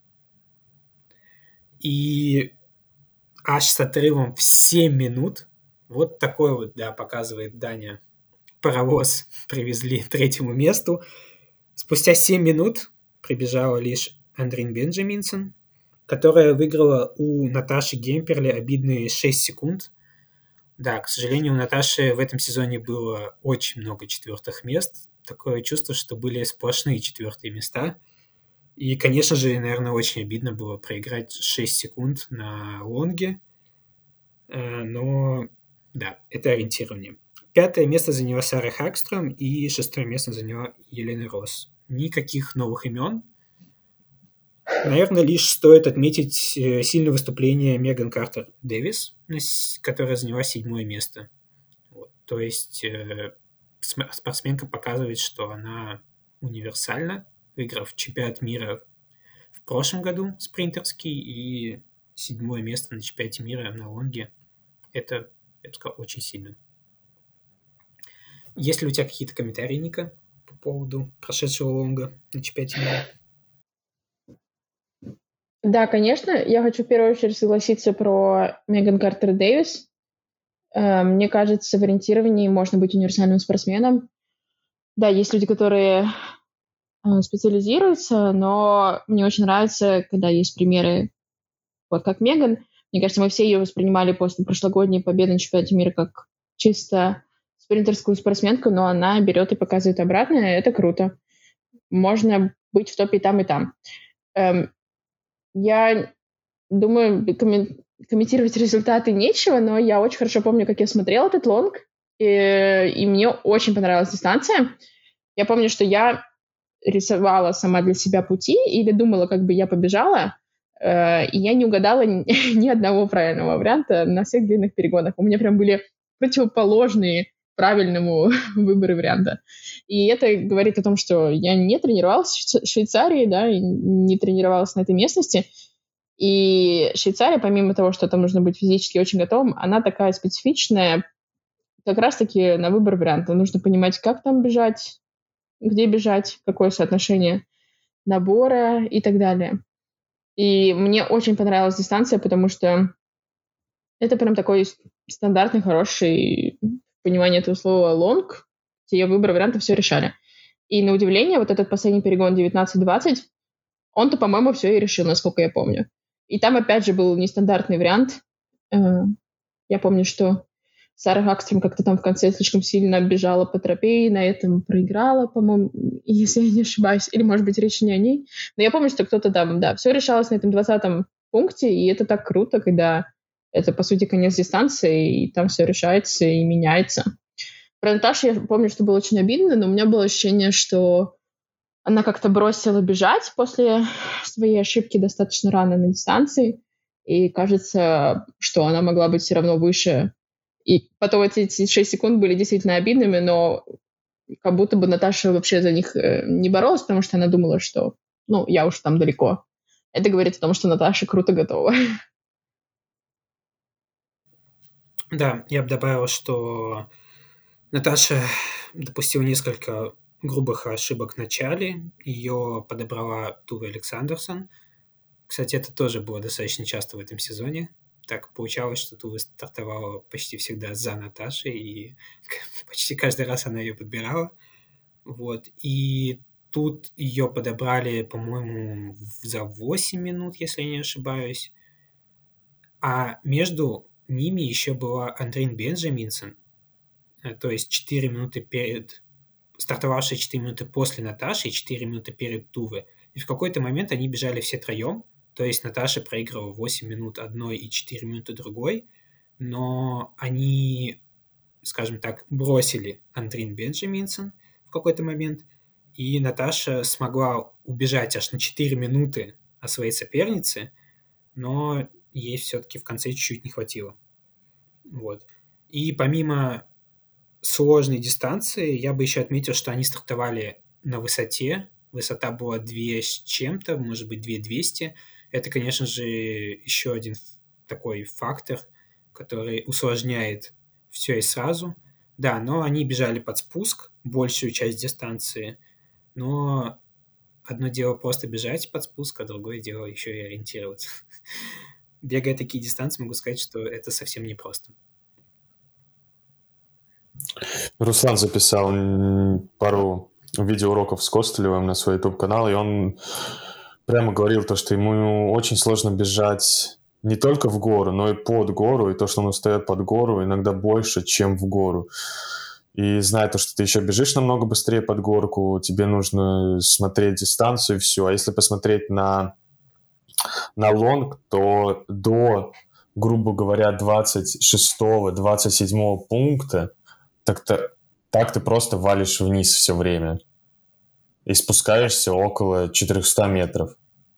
И аж с отрывом в 7 минут. Вот такой вот, да, показывает Даня. Паровоз привезли к 3-му месту. Спустя 7 минут прибежала лишь Андрин Бенджаминсон, которая выиграла у Наташи Гемперли обидные 6 секунд. Да, к сожалению, у Наташи в этом сезоне было очень много 4-х мест. Такое чувство, что были сплошные 4-е места. И, конечно же, наверное, очень обидно было проиграть 6 секунд на лонге. Но, да, это ориентирование. 5-е место заняла Сара Хагстрöm и 6-е место заняла Елена Росс. Никаких новых имен. Наверное, лишь стоит отметить сильное выступление Меган Картер Дэвис, которая заняла 7-е место. Вот. То есть спортсменка показывает, что она универсальна, выиграв чемпионат мира в прошлом году спринтерский и 7-е место на чемпионате мира на лонге. Это, я бы сказал, очень сильно. Есть ли у тебя какие-то комментарии, Ника, по поводу прошедшего лонга на чемпионате мира? Да, конечно. Я хочу в первую очередь согласиться про Меган Картер Дэвис. Мне кажется, в ориентировании можно быть универсальным спортсменом. Да, есть люди, которые специализируются, но мне очень нравится, когда есть примеры, вот как Меган. Мне кажется, мы все ее воспринимали после прошлогодней победы на чемпионате мира как чисто спринтерскую спортсменку, но она берет и показывает обратное. Это круто. Можно быть в топе и там, и там. Я думаю, комментировать результаты нечего, но я очень хорошо помню, как я смотрела этот лонг, и мне очень понравилась дистанция. Я помню, что я рисовала сама для себя пути или думала, как бы я побежала, и я не угадала ни одного правильного варианта на всех длинных перегонах. У меня прям были противоположные правильному выбору варианта. И это говорит о том, что я не тренировалась в Швейцарии, да, и не тренировалась на этой местности. И Швейцария, помимо того, что там нужно быть физически очень готовым, она такая специфичная, как раз-таки на выбор варианта. Нужно понимать, как там бежать, где бежать, какое соотношение набора и так далее. И мне очень понравилась дистанция, потому что это прям такой стандартный, хороший, понимание этого слова, лонг, где ее выбор варианта все решали. И на удивление, вот этот последний перегон 19-20, он-то, по-моему, все и решил, насколько я помню. И там, опять же, был нестандартный вариант. Я помню, что Сара Хагстрöm как-то там в конце слишком сильно бежала по тропе и на этом проиграла, по-моему, если я не ошибаюсь. Или, может быть, речь не о ней. Но я помню, что кто-то там, да, все решалось на этом 20-м пункте, и это так круто, когда это, по сути, конец дистанции, и там все решается и меняется. Про Наташу я помню, что было очень обидно, но у меня было ощущение, что она как-то бросила бежать после своей ошибки достаточно рано на дистанции, и кажется, что она могла быть все равно выше. И потом эти 6 секунд были действительно обидными, но как будто бы Наташа вообще за них не боролась, потому что она думала, что, ну, я уж там далеко. Это говорит о том, что Наташа круто готова. Да, я бы добавил, что Наташа допустила несколько грубых ошибок в начале. Ее подобрала Туве Александрсон. Кстати, это тоже было достаточно часто в этом сезоне. Так получалось, что Туве стартовала почти всегда за Наташей, и почти каждый раз она ее подбирала. Вот. И тут ее подобрали, по-моему, за 8 минут, если я не ошибаюсь. А между ними еще была Андрин Бенджаминсон, то есть 4 минуты перед... стартовавшая 4 минуты после Наташи и 4 минуты перед Туве. И в какой-то момент они бежали все троем, То есть Наташа проигрывала 8 минут одной и 4 минуты другой, но они, скажем так, бросили Андрин Бенджаминсон в какой-то момент, и Наташа смогла убежать аж на 4 минуты от своей соперницы, но ей все-таки в конце чуть-чуть не хватило. Вот. И помимо сложной дистанции, я бы еще отметил, что они стартовали на высоте. Высота была 2 с чем-то, может быть, 2200. Это, конечно же, еще один такой фактор, который усложняет все и сразу. Да, но они бежали под спуск большую часть дистанции, но одно дело просто бежать под спуск, а другое дело еще и ориентироваться. Бегая такие дистанции, могу сказать, что это совсем непросто. Руслан записал пару видеоуроков с Костылевым на свой YouTube-канал, и он прямо говорил то, что ему очень сложно бежать не только в гору, но и под гору, и то, что он устает под гору, иногда больше, чем в гору. И зная то, что ты еще бежишь намного быстрее под горку, тебе нужно смотреть дистанцию и все. А если посмотреть на лонг, то до, грубо говоря, 26-го, 27-го пункта так ты просто валишь вниз все время и спускаешься около 400 метров.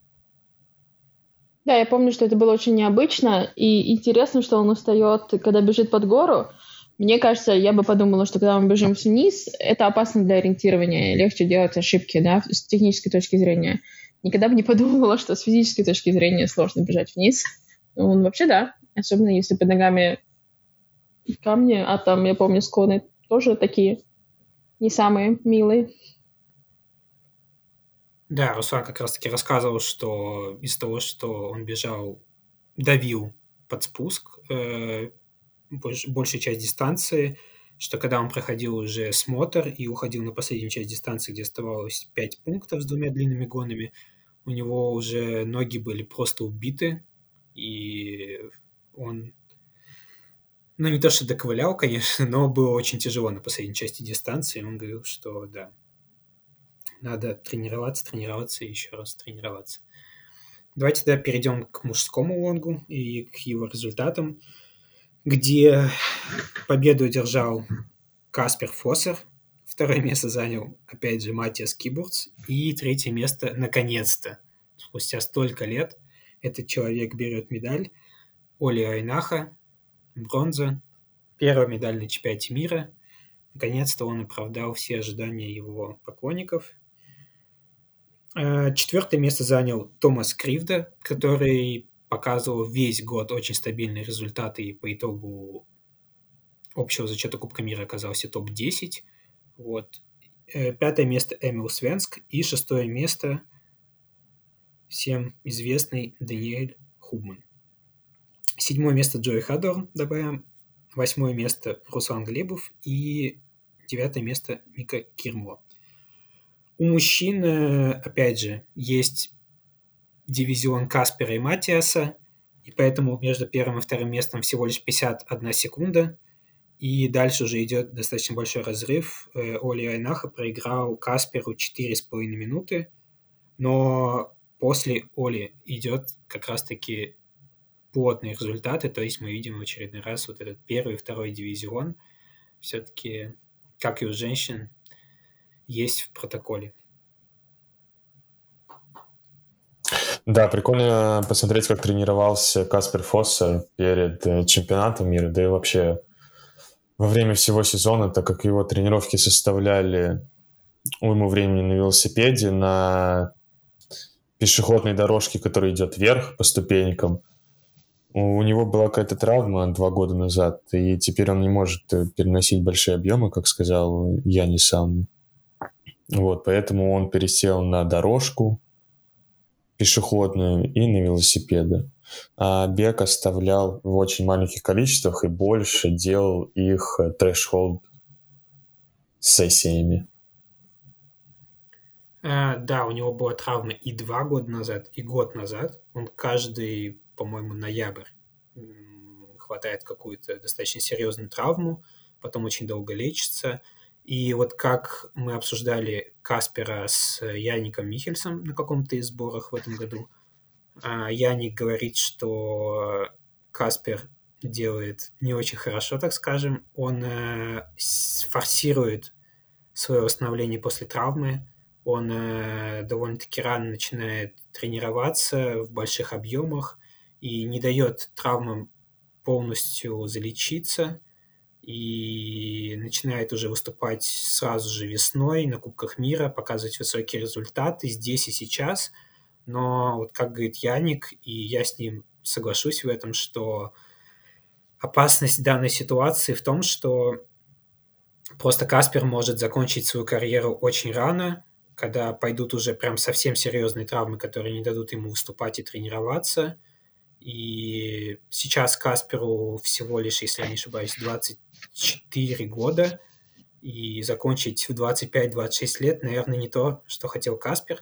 Да, я помню, что это было очень необычно, и интересно, что он устает, когда бежит под гору. Мне кажется, я бы подумала, что когда мы бежим вниз, это опасно для ориентирования, легче делать ошибки, да, с технической точки зрения. Никогда бы не подумала, что с физической точки зрения сложно бежать вниз. Ну, вообще, да, особенно если под ногами камни, а там, я помню, склоны тоже такие не самые милые. Да, Руслан как раз-таки рассказывал, что из того, что он бежал, давил под спуск большую часть дистанции, что когда он проходил уже смотр и уходил на последнюю часть дистанции, где оставалось 5 пунктов с 2 длинными гонами, у него уже ноги были просто убиты, и он, ну, не то что доковылял, конечно, но было очень тяжело на последней части дистанции. Он говорил, что да, надо тренироваться и еще раз тренироваться. Давайте тогда перейдем к мужскому лонгу и к его результатам, где победу одержал Каспер Фоссер, второе место занял, опять же, Матиас Кибурц, и третье место, наконец-то, спустя столько лет, этот человек берет медаль, Оли Айнаха, бронза, первая медаль на чемпионате мира. Наконец-то он оправдал все ожидания его поклонников. Четвертое место занял Томас Кривда, который показывал весь год очень стабильные результаты, и по итогу общего зачета Кубка мира оказался топ-10. Вот. Пятое место Эмил Свенск, и шестое место всем известный Даниэль Хубман. Седьмое место Джой Хадорн, добавим. Восьмое место Руслан Глебов и девятое место Мика Кирмова. У мужчин, опять же, есть дивизион Каспера и Матиаса, и поэтому между первым и вторым местом всего лишь 51 секунда, и дальше уже идет достаточно большой разрыв. Оли Айнаха проиграл Касперу 4,5 минуты, но после Оли идет как раз-таки плотные результаты, то есть мы видим в очередной раз вот этот первый и второй дивизион все-таки, как и у женщин, есть в протоколе. Да, прикольно посмотреть, как тренировался Каспер Фоссер перед чемпионатом мира, да и вообще во время всего сезона, так как его тренировки составляли уйму времени на велосипеде, на пешеходной дорожке, которая идет вверх по ступенькам. У него была какая-то травма 2 года назад, и теперь он не может переносить большие объемы, как сказал Яни сам. Вот, поэтому он пересел на дорожку пешеходную и на велосипеды. А бег оставлял в очень маленьких количествах и больше делал их трэш-холд сессиями. Да, у него была травма и 2 года назад, и год назад. Он каждый, по-моему, ноябрь хватает какую-то достаточно серьезную травму, потом очень долго лечится. И вот как мы обсуждали Каспера с Яником Михельсом на каком-то из сборах в этом году, Яник говорит, что Каспер делает не очень хорошо, так скажем. Он форсирует свое восстановление после травмы. Он довольно-таки рано начинает тренироваться в больших объемах и не дает травмам полностью залечиться. И начинает уже выступать сразу же весной на Кубках мира, показывать высокие результаты здесь и сейчас. Но вот как говорит Яник, и я с ним соглашусь в этом, что опасность данной ситуации в том, что просто Каспер может закончить свою карьеру очень рано, когда пойдут уже прям совсем серьезные травмы, которые не дадут ему выступать и тренироваться. И сейчас Касперу всего лишь, если я не ошибаюсь, 24 года, и закончить в 25-26 лет, наверное, не то, что хотел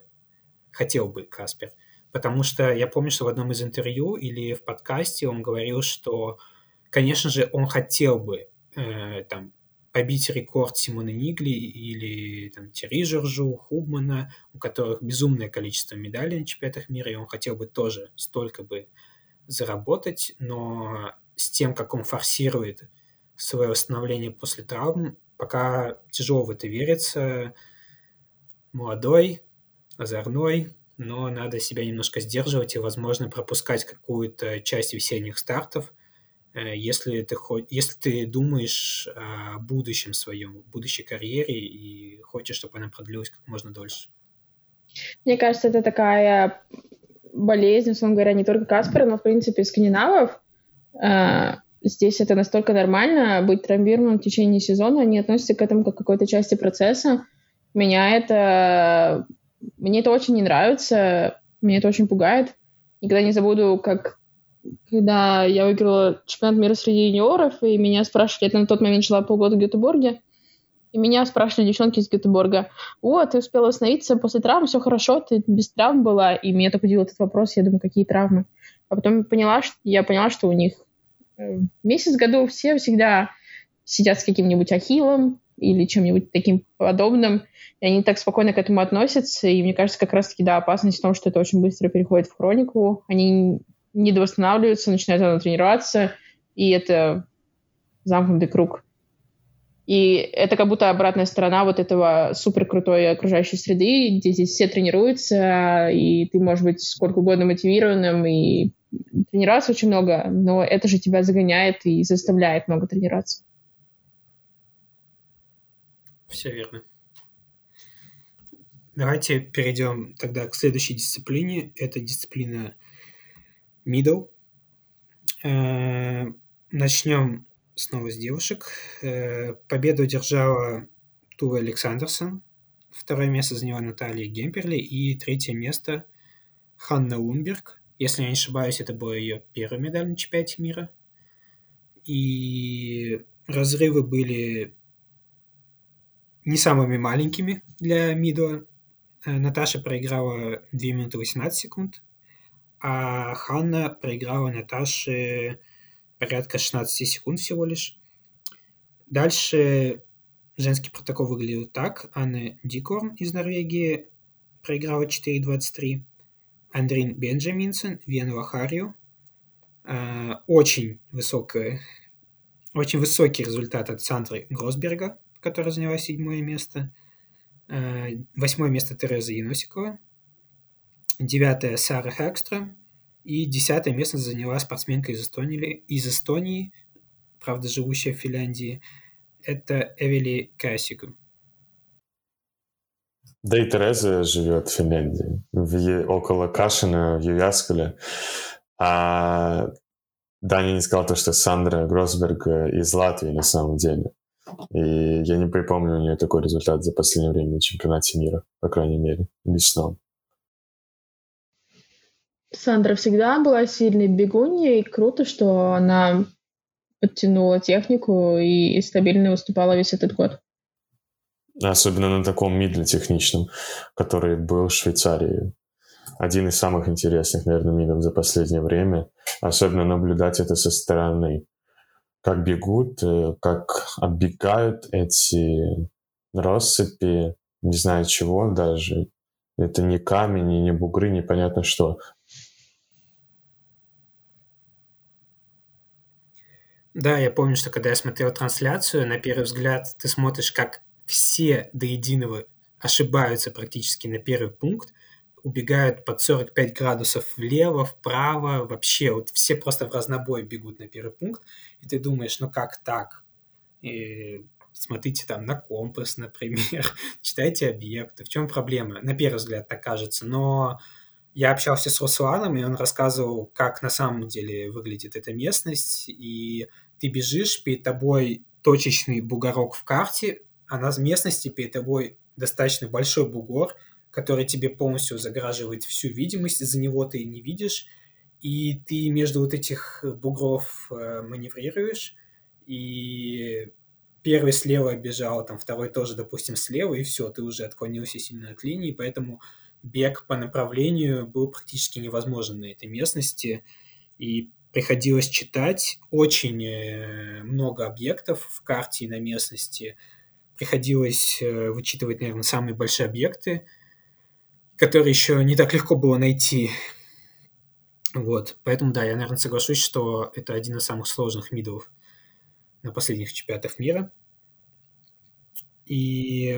бы Каспер. Потому что я помню, что в одном из интервью или в подкасте он говорил, что, конечно же, он хотел бы там побить рекорд Симона Нигли или там Тьерри Жоржу, Хубмана, у которых безумное количество медалей на чемпионатах мира, и он хотел бы тоже столько бы заработать, но с тем, как он форсирует свое восстановление после травм, пока тяжело в это верится. Молодой, озорной, но надо себя немножко сдерживать и, возможно, пропускать какую-то часть весенних стартов, если ты думаешь о будущем своем, будущей карьере и хочешь, чтобы она продлилась как можно дольше. Мне кажется, это такая болезнь, условно говоря, не только Каспера, но, в принципе, скандинавов. Здесь это настолько нормально, быть травмированным в течение сезона, они относятся к этому как к какой-то части процесса. Мне это очень не нравится, меня это очень пугает. Никогда не забуду, когда я выиграла чемпионат мира среди юниоров, и меня спрашивали, я на тот момент жила полгода в Гетеборге, и меня спрашивали девчонки из Гетеборга: ты успела восстановиться после травм, все хорошо, ты без травм была. И меня так удивил этот вопрос, я думаю, какие травмы. А потом я поняла, что у них месяц в году все всегда сидят с каким-нибудь ахиллом или чем-нибудь таким подобным, и они так спокойно к этому относятся, и мне кажется, как раз-таки, да, опасность в том, что это очень быстро переходит в хронику, они недовосстанавливаются, начинают заново тренироваться, и это замкнутый круг. И это как будто обратная сторона вот этого супер крутой окружающей среды, где здесь все тренируются, и ты можешь быть сколько угодно мотивированным, и тренироваться очень много, но это же тебя загоняет и заставляет много тренироваться. Все верно. Давайте перейдем тогда к следующей дисциплине. Это дисциплина middle. Начнем снова с девушек. Победу одержала Туве Александерсон. Второе место заняла Наталья Гемперли. И третье место Ханна Лунберг. Если я не ошибаюсь, это была ее первая медаль на чемпионате мира. И разрывы были не самыми маленькими для мидла. Наташа проиграла 2 минуты 18 секунд, а Ханна проиграла Наташе порядка 16 секунд всего лишь. Дальше женский протокол выглядел так. Анна Дикорн из Норвегии проиграла 4.23. Андрин Бенджаминсен, Вен Лохарио. Очень высокий результат от Сандры Гросберга, которая заняла 7 место. 8 место Тереза Яносикова. 9 Сара Хэгстрöm. И 10 место заняла спортсменка из Эстонии, правда, живущая в Финляндии. Это Эвели Касику. Да и Тереза живет в Финляндии, около Кашина, в Юяскале. А Даня не сказал то, что Сандра Гросберг из Латвии на самом деле. И я не припомню у нее такой результат за последнее время на чемпионате мира, по крайней мере, личном. Сандра всегда была сильной бегуньей, и круто, что она подтянула технику и стабильно выступала весь этот год. Особенно на таком мидле техничном, который был в Швейцарии. Один из самых интересных, наверное, мидлов за последнее время. Особенно наблюдать это со стороны. Как бегут, как отбегают эти россыпи, не знаю чего даже. Это не камень, не бугры, непонятно что. Да, я помню, что когда я смотрел трансляцию, на первый взгляд ты смотришь, как все до единого ошибаются практически на первый пункт, убегают под 45 градусов влево, вправо, вообще вот все просто в разнобой бегут на первый пункт, и ты думаешь, ну как так? И смотрите там на компас, например, читайте объекты, в чем проблема? На первый взгляд так кажется, но я общался с Русланом, и он рассказывал, как на самом деле выглядит эта местность, и ты бежишь, перед тобой точечный бугорок в карте, а на местности перед тобой достаточно большой бугор, который тебе полностью загораживает всю видимость, за него ты не видишь, и ты между вот этих бугров маневрируешь, и первый слева бежал, там второй тоже, допустим, слева, и все, ты уже отклонился сильно от линии, поэтому бег по направлению был практически невозможен на этой местности, и приходилось читать очень много объектов в карте и на местности. Приходилось вычитывать, наверное, самые большие объекты, которые еще не так легко было найти. Вот. Поэтому, да, я, наверное, соглашусь, что это один из самых сложных мидов на последних чемпионатах мира. И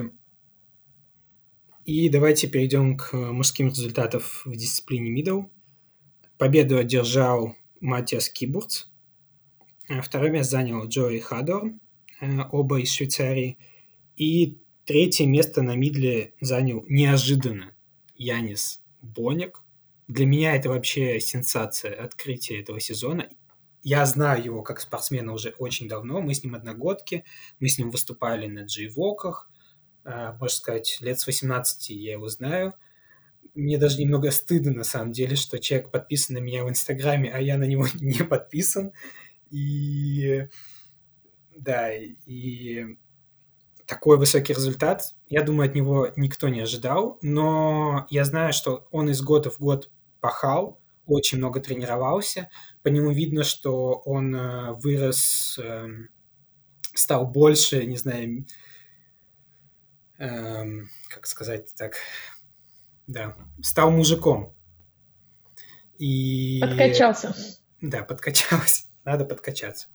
давайте перейдем к мужским результатам в дисциплине мидл. Победу одержал Матиас Кибурц. Второе место занял Джои Хадорн, оба из Швейцарии. И третье место на мидле занял неожиданно Янис Боник. Для меня это вообще сенсация, открытие этого сезона. Я знаю его как спортсмена уже очень давно. Мы с ним одногодки, мы с ним выступали на джей-воках. Можно сказать, лет с 18 я его знаю. Мне даже немного стыдно, на самом деле, что человек подписан на меня в Инстаграме, а я на него не подписан. И да, и такой высокий результат, я думаю, от него никто не ожидал, но я знаю, что он из года в год пахал, очень много тренировался, по нему видно, что он вырос, стал больше, не знаю, как сказать так, да, стал мужиком. И... Подкачался. Да, подкачался, надо подкачаться.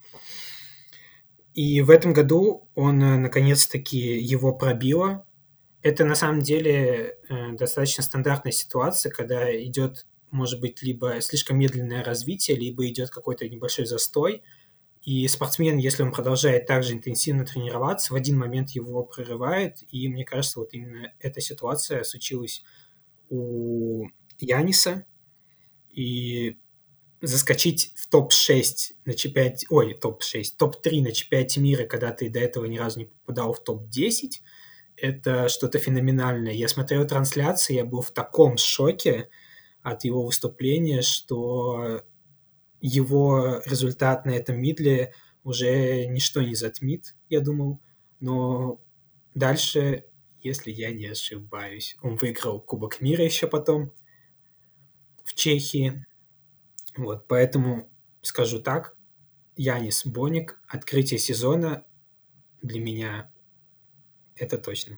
И в этом году он, наконец-таки, его пробило. Это, на самом деле, достаточно стандартная ситуация, когда идет, может быть, либо слишком медленное развитие, либо идет какой-то небольшой застой. И спортсмен, если он продолжает также интенсивно тренироваться, в один момент его прорывает. И мне кажется, вот именно эта ситуация случилась у Яниса. И заскочить в топ-6 на чемпионате... Ой, топ-6, топ-3 на чемпионате мира, когда ты до этого ни разу не попадал в топ-10, это что-то феноменальное. Я смотрел трансляции, я был в таком шоке от его выступления, что его результат на этом мидле уже ничто не затмит, я думал. Но дальше, если я не ошибаюсь, он выиграл Кубок мира еще потом в Чехии. Вот, поэтому скажу так, Янис Боник, открытие сезона для меня это точно.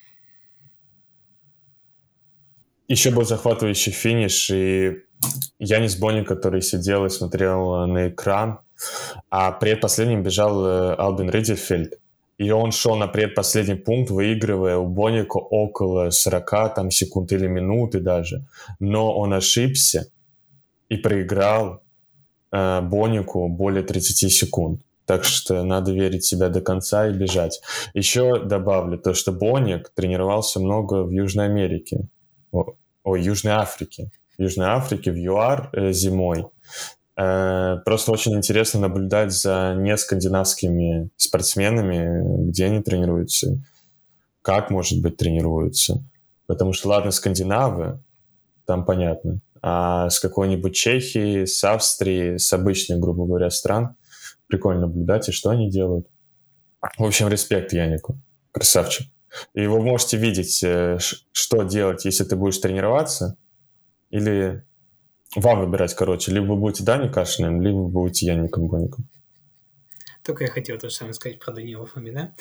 Еще был захватывающий финиш, и Янис Боник, который сидел и смотрел на экран, а предпоследним бежал Албин Ридельфельд. И он шел на предпоследний пункт, выигрывая у Боника около 40 там, секунд или минуты даже. Но он ошибся и проиграл Бонику более 30 секунд. Так что надо верить в себя до конца и бежать. Еще добавлю то, что Боник тренировался много в Южной Америке. Южной Африке. В Южной Африке, в ЮАР зимой. Просто очень интересно наблюдать за нескандинавскими спортсменами, где они тренируются, как, может быть, тренируются. Потому что, ладно, скандинавы, там понятно. А с какой-нибудь Чехии, с Австрии, с обычных, грубо говоря, стран прикольно наблюдать, и что они делают. В общем, респект Янику. Красавчик. И вы можете видеть, что делать, если ты будешь тренироваться, или вам выбирать, короче. Либо вы будете Дани Кашиным, либо вы будете Яником Боником. Только я хотел то же самое сказать про Данила Фомина.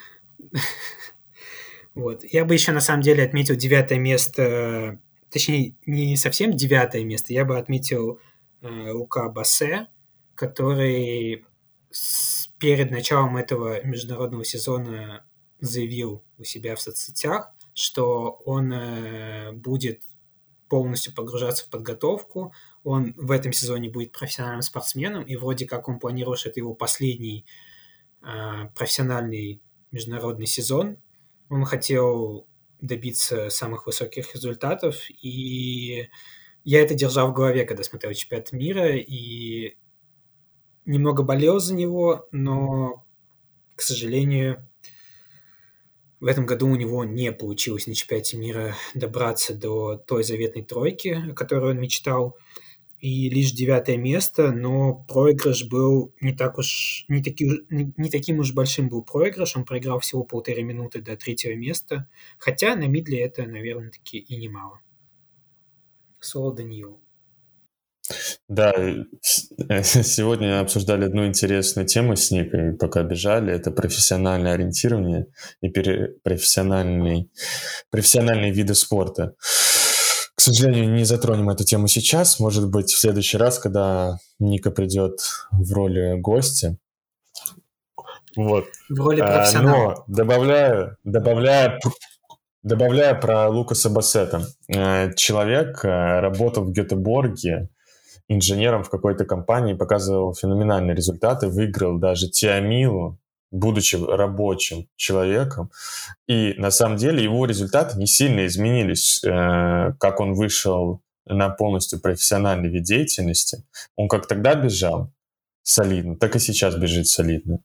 Вот. Я бы еще, на самом деле, отметил 9 место, точнее, не совсем 9 место, я бы отметил Лука Бассе, который перед началом этого международного сезона заявил у себя в соцсетях, что он будет полностью погружаться в подготовку, он в этом сезоне будет профессиональным спортсменом, и вроде как он планировал, что это его последний профессиональный международный сезон. Он хотел добиться самых высоких результатов, и я это держал в голове, когда смотрел чемпионат мира, и немного болел за него, но, к сожалению, в этом году у него не получилось на чемпионате мира добраться до той заветной тройки, о которой он мечтал, и лишь 9 место, но проигрыш был не таким уж большим был проигрыш, он проиграл всего 1,5 минуты до 3 места, хотя на мидле это, наверное, таки и немало. Слово Даниилу. Да, сегодня обсуждали одну интересную тему с Никой, пока бежали. Это профессиональное ориентирование и профессиональные виды спорта. К сожалению, не затронем эту тему сейчас. Может быть, в следующий раз, когда Ника придет в роли гостя. Вот. В роли профессионала. Но добавляя про Лукаса Бассета. Человек работал в Гетеборге инженером в какой-то компании, показывал феноменальные результаты, выиграл даже Тиамилу, будучи рабочим человеком. И на самом деле его результаты не сильно изменились, как он вышел на полностью профессиональный вид деятельности. Он как тогда бежал солидно, так и сейчас бежит солидно.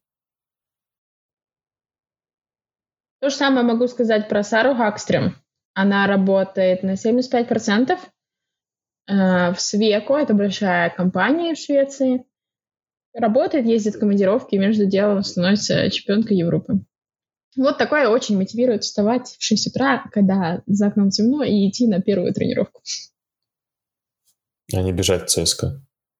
То же самое могу сказать про Сару Хакстрем. Она работает на 75%. В Свеко, это большая компания в Швеции. Работает, ездит в командировки, и между делом становится чемпионкой Европы. Вот такое очень мотивирует вставать в 6 утра, когда за окном темно, и идти на первую тренировку. А не бежать в ЦСКА.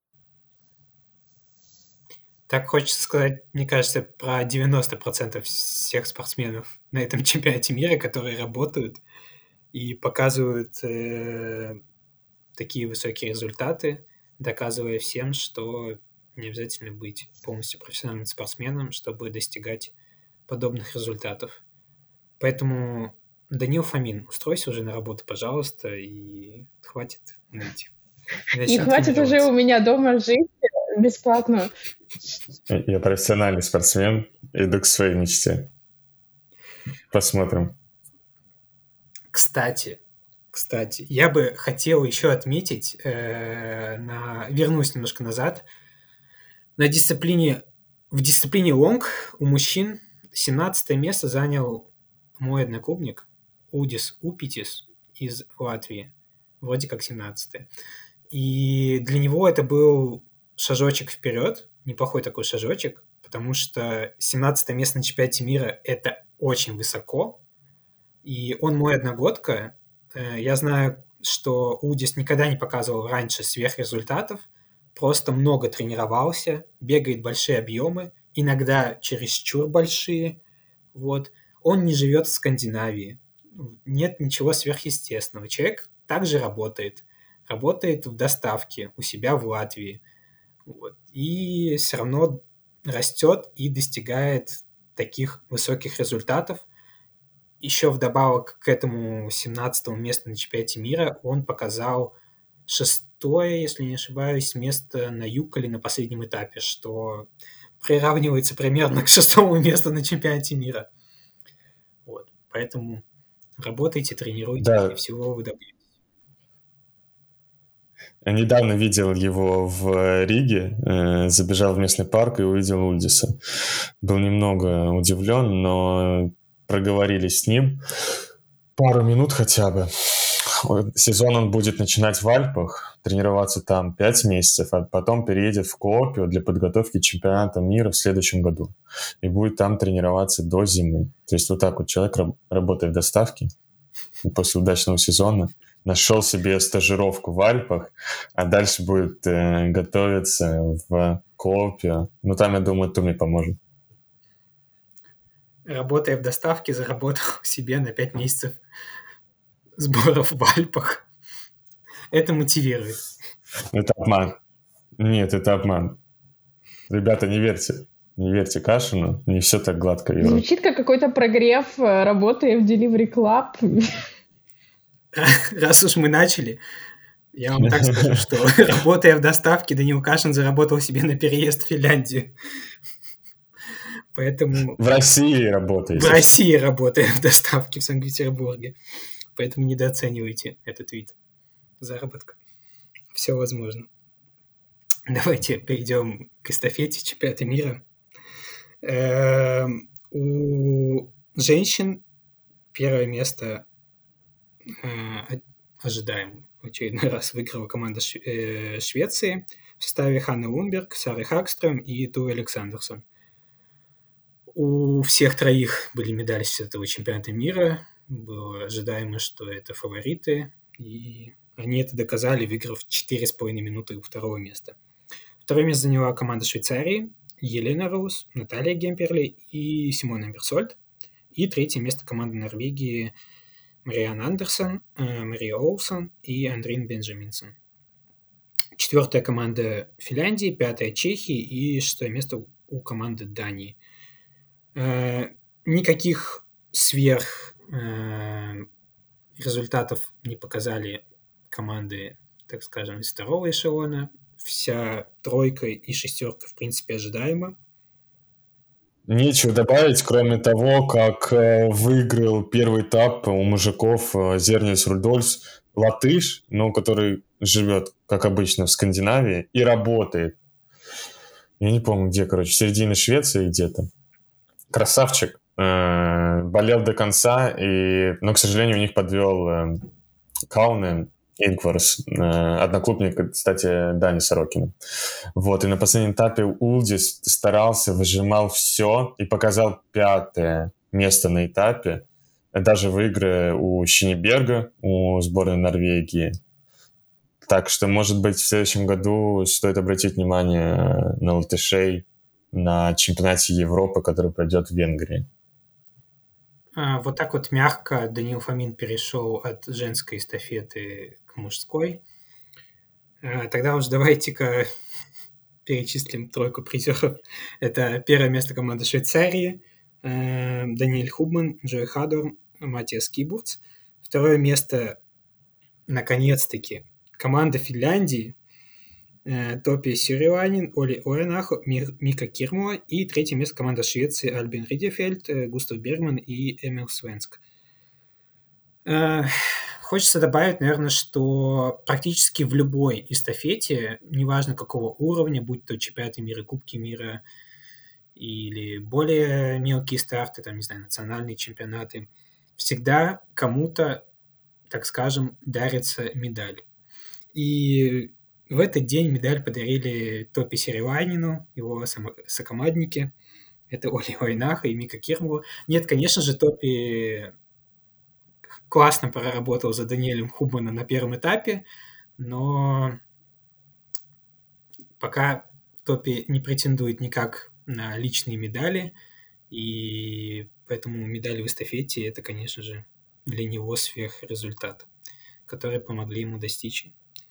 Так хочется сказать, мне кажется, про 90% всех спортсменов на этом чемпионате мира, которые работают и показывают такие высокие результаты, доказывая всем, что не обязательно быть полностью профессиональным спортсменом, чтобы достигать подобных результатов. Поэтому, Даниил Фомин, устройся уже на работу, пожалуйста, и хватит ныть. И хватит уже у меня дома жить бесплатно. Я профессиональный спортсмен, иду к своей мечте. Посмотрим. Кстати, я бы хотел еще отметить, вернусь немножко назад, в дисциплине лонг у мужчин 17 место занял мой одноклубник Удис Упитис из Латвии, вроде как 17-е. И для него это был шажочек вперед, неплохой такой шажочек, потому что 17 место на чемпионате мира – это очень высоко, и он мой одногодка. Я знаю, что Удис никогда не показывал раньше сверхрезультатов, просто много тренировался, бегает большие объемы, иногда чересчур большие. Вот. Он не живет в Скандинавии. Нет ничего сверхъестественного. Человек также работает в доставке у себя в Латвии. Вот. И все равно растет и достигает таких высоких результатов. Еще вдобавок к этому 17-му месту на чемпионате мира он показал 6-е, если не ошибаюсь, место на Юколе на последнем этапе, что приравнивается примерно к 6-му месту на чемпионате мира. Вот. Поэтому работайте, тренируйтесь, да. И всего вы добьетесь. Я недавно видел его в Риге, забежал в местный парк и увидел Ульдиса. Был немного удивлен, но проговорили с ним пару минут хотя бы. Сезон он будет начинать в Альпах, тренироваться там 5 месяцев, а потом переедет в Куопио для подготовки чемпионата мира в следующем году. И будет там тренироваться до зимы. То есть вот так вот человек работает в доставке после удачного сезона. Нашел себе стажировку в Альпах, а дальше будет готовиться в Куопио. Ну, там, я думаю, Туми поможет. Работая в доставке, заработал себе на 5 месяцев сборов в Альпах. Это мотивирует. Это обман. Нет, это обман. Ребята, не верьте. Не верьте Кашину, не все так гладко в Европе. Звучит как какой-то прогрев работы в Delivery Club. Раз уж мы начали, я вам так скажу, что работая в доставке, Данил Кашин заработал себе на переезд в Финляндию. Поэтому... В России работает. В России работая в доставке в Санкт-Петербурге. Поэтому недооценивайте этот вид заработка. Все возможно. Давайте перейдем к эстафете чемпионата мира. У женщин первое место ожидаемо. В очередной раз выиграла команда Швеции в составе Ханны Лунберг, Сары Хагстрöm и Туви Александрсон. У всех троих были медали с этого чемпионата мира. Было ожидаемо, что это фавориты. И они это доказали, выиграв 4,5 минуты у второго места. Второе место заняла команда Швейцарии. Елена Роуз, Наталья Гемперли и Симона Берсольд. И третье место команды Норвегии Мариан Андерсон, Мария Олссон и Андрин Бенджаминсон. Четвертая команда Финляндии, пятая Чехии и шестое место у команды Дании. Никаких сверх результатов не показали команды, так скажем, из второго эшелона. Вся тройка и шестерка, в принципе, ожидаема. Нечего добавить, кроме того, как выиграл первый этап у мужиков Зернис Рудольфс, латыш, но который живет, как обычно, в Скандинавии и работает. Я не помню, где, короче, в середине Швеции где-то. Красавчик. Болел до конца, но, к сожалению, у них подвел Каунен Ингварс, одноклубник, кстати, Дани Сорокина. Вот, и на последнем этапе Улдис старался, выжимал все и показал 5-е место на этапе, даже в игры у Шинеберга, у сборной Норвегии. Так что, может быть, в следующем году стоит обратить внимание на латышей на чемпионате Европы, который пройдет в Венгрии. Вот так вот мягко Данил Фомин перешел от женской эстафеты к мужской. Тогда уж давайте-ка перечислим тройку призеров. Это первое место команды Швейцарии. Даниэль Хубман, Джой Хадорн, Матиас Кибурц. Второе место, наконец-таки, команда Финляндии. Топи Сюриланин, Оли Оенахо, Мика Кирмова. И третье место команда Швеции Альбин Ридефельд, Густав Бергман и Эмил Свенск. Хочется добавить, наверное, что практически в любой эстафете, неважно какого уровня, будь то чемпионаты мира, кубки мира или более мелкие старты, там, не знаю, национальные чемпионаты, всегда кому-то, так скажем, дарится медаль. И в этот день медаль подарили Топи Сюриланину, его сокомандники. Это Оли Оенахо и Мика Кирмова. Нет, конечно же, Топи классно проработал за Даниэлем Хубмана на первом этапе, но пока Топи не претендует никак на личные медали, и поэтому медали в эстафете – это, конечно же, для него сверхрезультат, который помогли ему достичь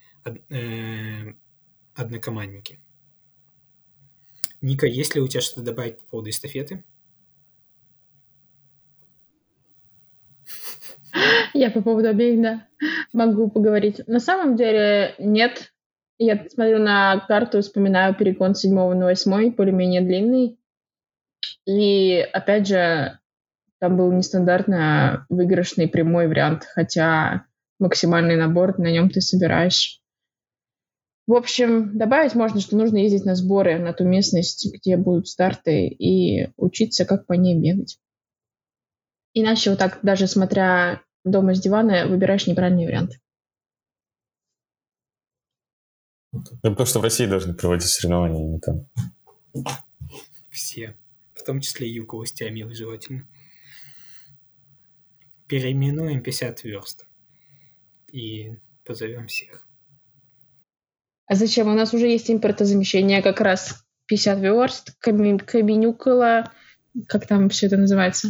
однокомандники. Ника, есть ли у тебя что-то добавить по поводу эстафеты? Я по поводу обеих, да, могу поговорить. На самом деле нет. Я смотрю на карту, вспоминаю перегон с 7 на 8, более-менее длинный. И, опять же, там был нестандартно выигрышный прямой вариант, хотя максимальный набор, на нем ты собираешь. В общем, добавить можно, что нужно ездить на сборы, на ту местность, где будут старты, и учиться, как по ней бегать. Иначе вот так, даже смотря дома с дивана, выбираешь неправильный вариант. Потому что в России должны проводить соревнования, не там. Все. В том числе и у Устьямилы желательно. Переименуем 50 верст. И позовем всех. А зачем? У нас уже есть импортозамещение, как раз 50 верст, Каменюкола, как там все это называется?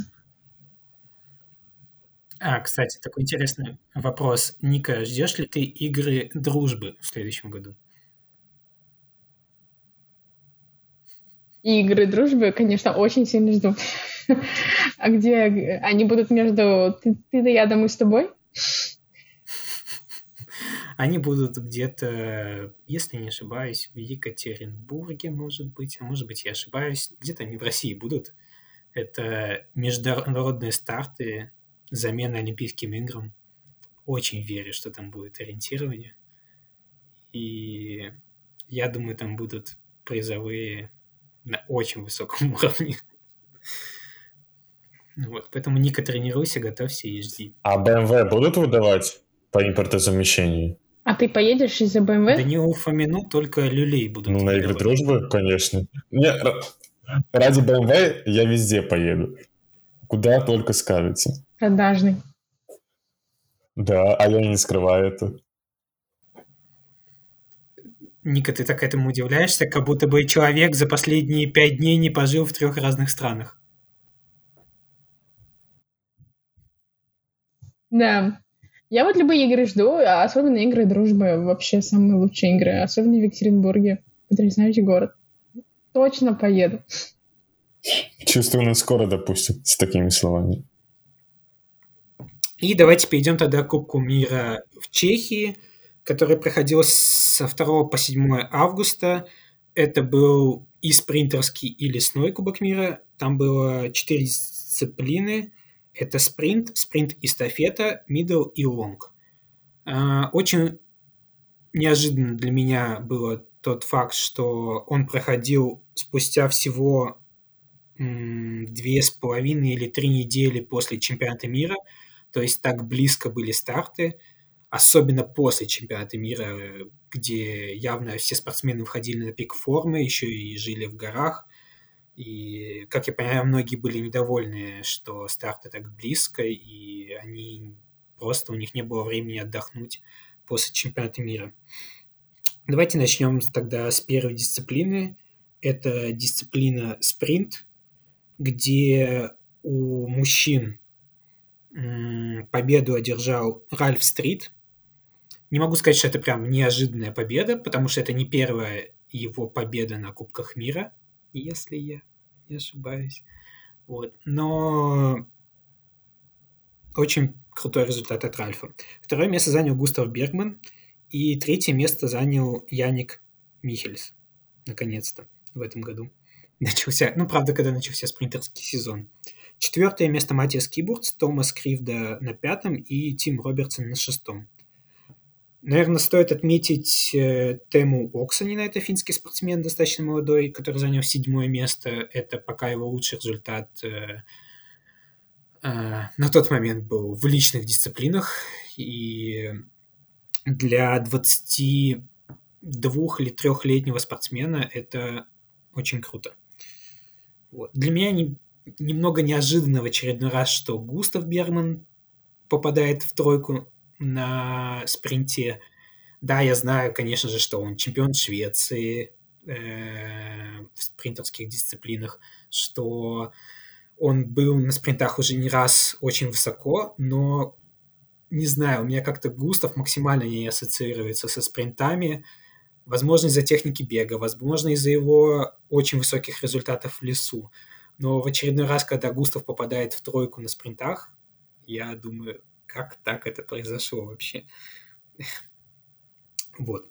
Кстати, такой интересный вопрос. Ника, ждешь ли ты игры дружбы в следующем году? И игры дружбы, конечно, очень сильно жду. А где они будут между ты да я, да мы с тобой? Они будут где-то, если не ошибаюсь, в Екатеринбурге, может быть, а может быть, я ошибаюсь. Где-то они в России будут. Это международные старты, замена Олимпийским играм. Очень верю, что там будет ориентирование. И я думаю, там будут призовые на очень высоком уровне. Вот, поэтому, Ника, тренируйся, готовься и жди. А BMW будут выдавать по импортозамещению? А ты поедешь из-за Да BMW? не у Фомину, только люлей будут Ну, на игры выдавать. дружбы, конечно. Ради BMW я везде поеду. Куда только скажете. Продажный. Да, а я не скрываю это. Ника, ты так этому удивляешься, как будто бы человек за последние 5 дней не пожил в 3 разных странах. Да. Я вот любые игры жду, а особенно игры дружбы. Вообще самые лучшие игры. Особенно в Екатеринбурге. Потрясающий город. Точно поеду. Чувствую, нас скоро допустят с такими словами. И давайте перейдем тогда к Кубку мира в Чехии, который проходил со 2 по 7 августа. Это был и спринтерский, и лесной Кубок мира. Там было 4 дисциплины. Это спринт, спринт-эстафета, мидл и лонг. Очень неожиданно для меня было тот факт, что он проходил спустя всего 2,5 или 3 недели после чемпионата мира. То есть так близко были старты, особенно после чемпионата мира, где явно все спортсмены входили на пик формы, еще и жили в горах. И, как я понимаю, многие были недовольны, что старты так близко, и они просто у них не было времени отдохнуть после чемпионата мира. Давайте начнем тогда с первой дисциплины. Это дисциплина спринт, где у мужчин победу одержал Ральф Стрит. Не могу сказать, что это прям неожиданная победа, потому что это не первая его победа на Кубках мира, если я не ошибаюсь. Вот. Но очень крутой результат от Ральфа. Второе место занял Густав Бергман, и третье место занял Яник Михельс, наконец-то, в этом году. Начался, ну, правда, когда начался спринтерский сезон. Четвертое место Матиас Кибурц, Томас Кривда на 5-м и Тим Робертсон на 6-м. Наверное, стоит отметить Тему Оксанина, это финский спортсмен, достаточно молодой, который занял 7-е место. Это пока его лучший результат на тот момент был в личных дисциплинах. И для 22 или 3-летнего спортсмена это очень круто. Вот. Для меня немного неожиданно в очередной раз, что Густав Бергман попадает в тройку на спринте. Да, я знаю, конечно же, что он чемпион Швеции в спринтерских дисциплинах, что он был на спринтах уже не раз очень высоко, но не знаю, у меня как-то Густав максимально не ассоциируется со спринтами. Возможно, из-за техники бега, возможно, из-за его очень высоких результатов в лесу. Но в очередной раз, когда Густав попадает в тройку на спринтах, я думаю, как так это произошло вообще? Вот.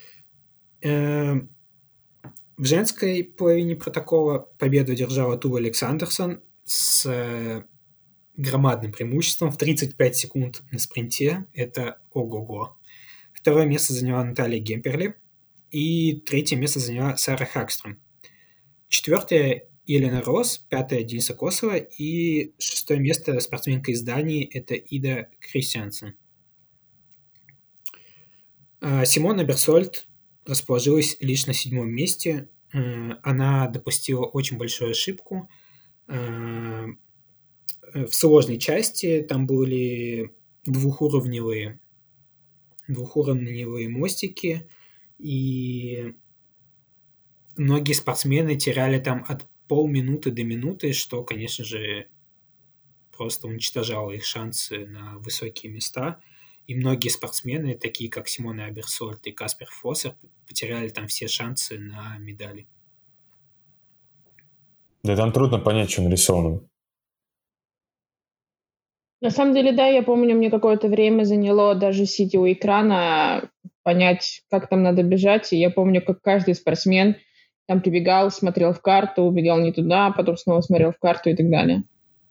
В женской половине протокола победу одержала Тува Александерсон с громадным преимуществом в 35 секунд на спринте. Это ого-го. Второе место заняла Наталья Гемперли. И третье место заняла Сара Хакстром. Четвертое – Елена Рос, пятое – Дениса Косова и шестое место спортсменка из Дании – это Ида Кристиансен. Симона Берсольд расположилась лишь на 7-м месте. Она допустила очень большую ошибку. В сложной части там были двухуровневые мостики, и многие спортсмены теряли там от полминуты до минуты, что, конечно же, просто уничтожало их шансы на высокие места. И многие спортсмены, такие как Симона Аберсольд и Каспер Фоссер, потеряли там все шансы на медали. Да там трудно понять, что нарисовано. На самом деле, да, я помню, мне какое-то время заняло даже сидя у экрана понять, как там надо бежать. И я помню, как каждый спортсмен там прибегал, смотрел в карту, убегал не туда, потом снова смотрел в карту и так далее.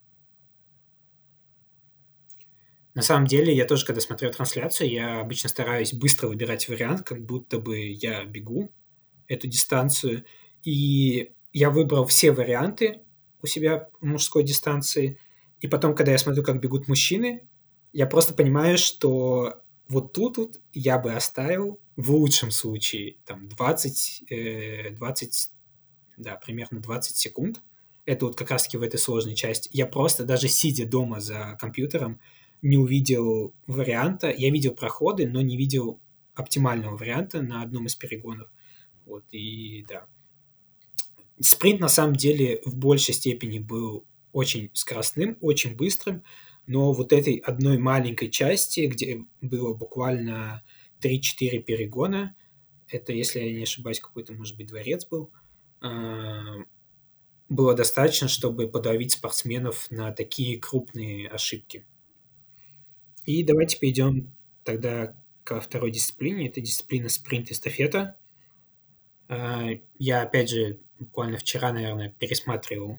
На самом деле, я тоже, когда смотрю трансляцию, я обычно стараюсь быстро выбирать вариант, как будто бы я бегу эту дистанцию. И я выбрал все варианты у себя в мужской дистанции. И потом, когда я смотрю, как бегут мужчины, я просто понимаю, что вот тут вот я бы оставил в лучшем случае там 20, да, примерно 20 секунд. Это вот как раз-таки в этой сложной части. Я просто, даже сидя дома за компьютером, не увидел варианта. Я видел проходы, но не видел оптимального варианта на одном из перегонов. Вот, и да. Спринт, на самом деле, в большей степени был очень скоростным, очень быстрым, но вот этой одной маленькой части, где было буквально 3-4 перегона, это, если я не ошибаюсь, какой-то, может быть, дворец был, было достаточно, чтобы подавить спортсменов на такие крупные ошибки. И давайте перейдем тогда ко второй дисциплине. Это дисциплина спринт-эстафета. Я, опять же, буквально вчера, наверное, пересматривал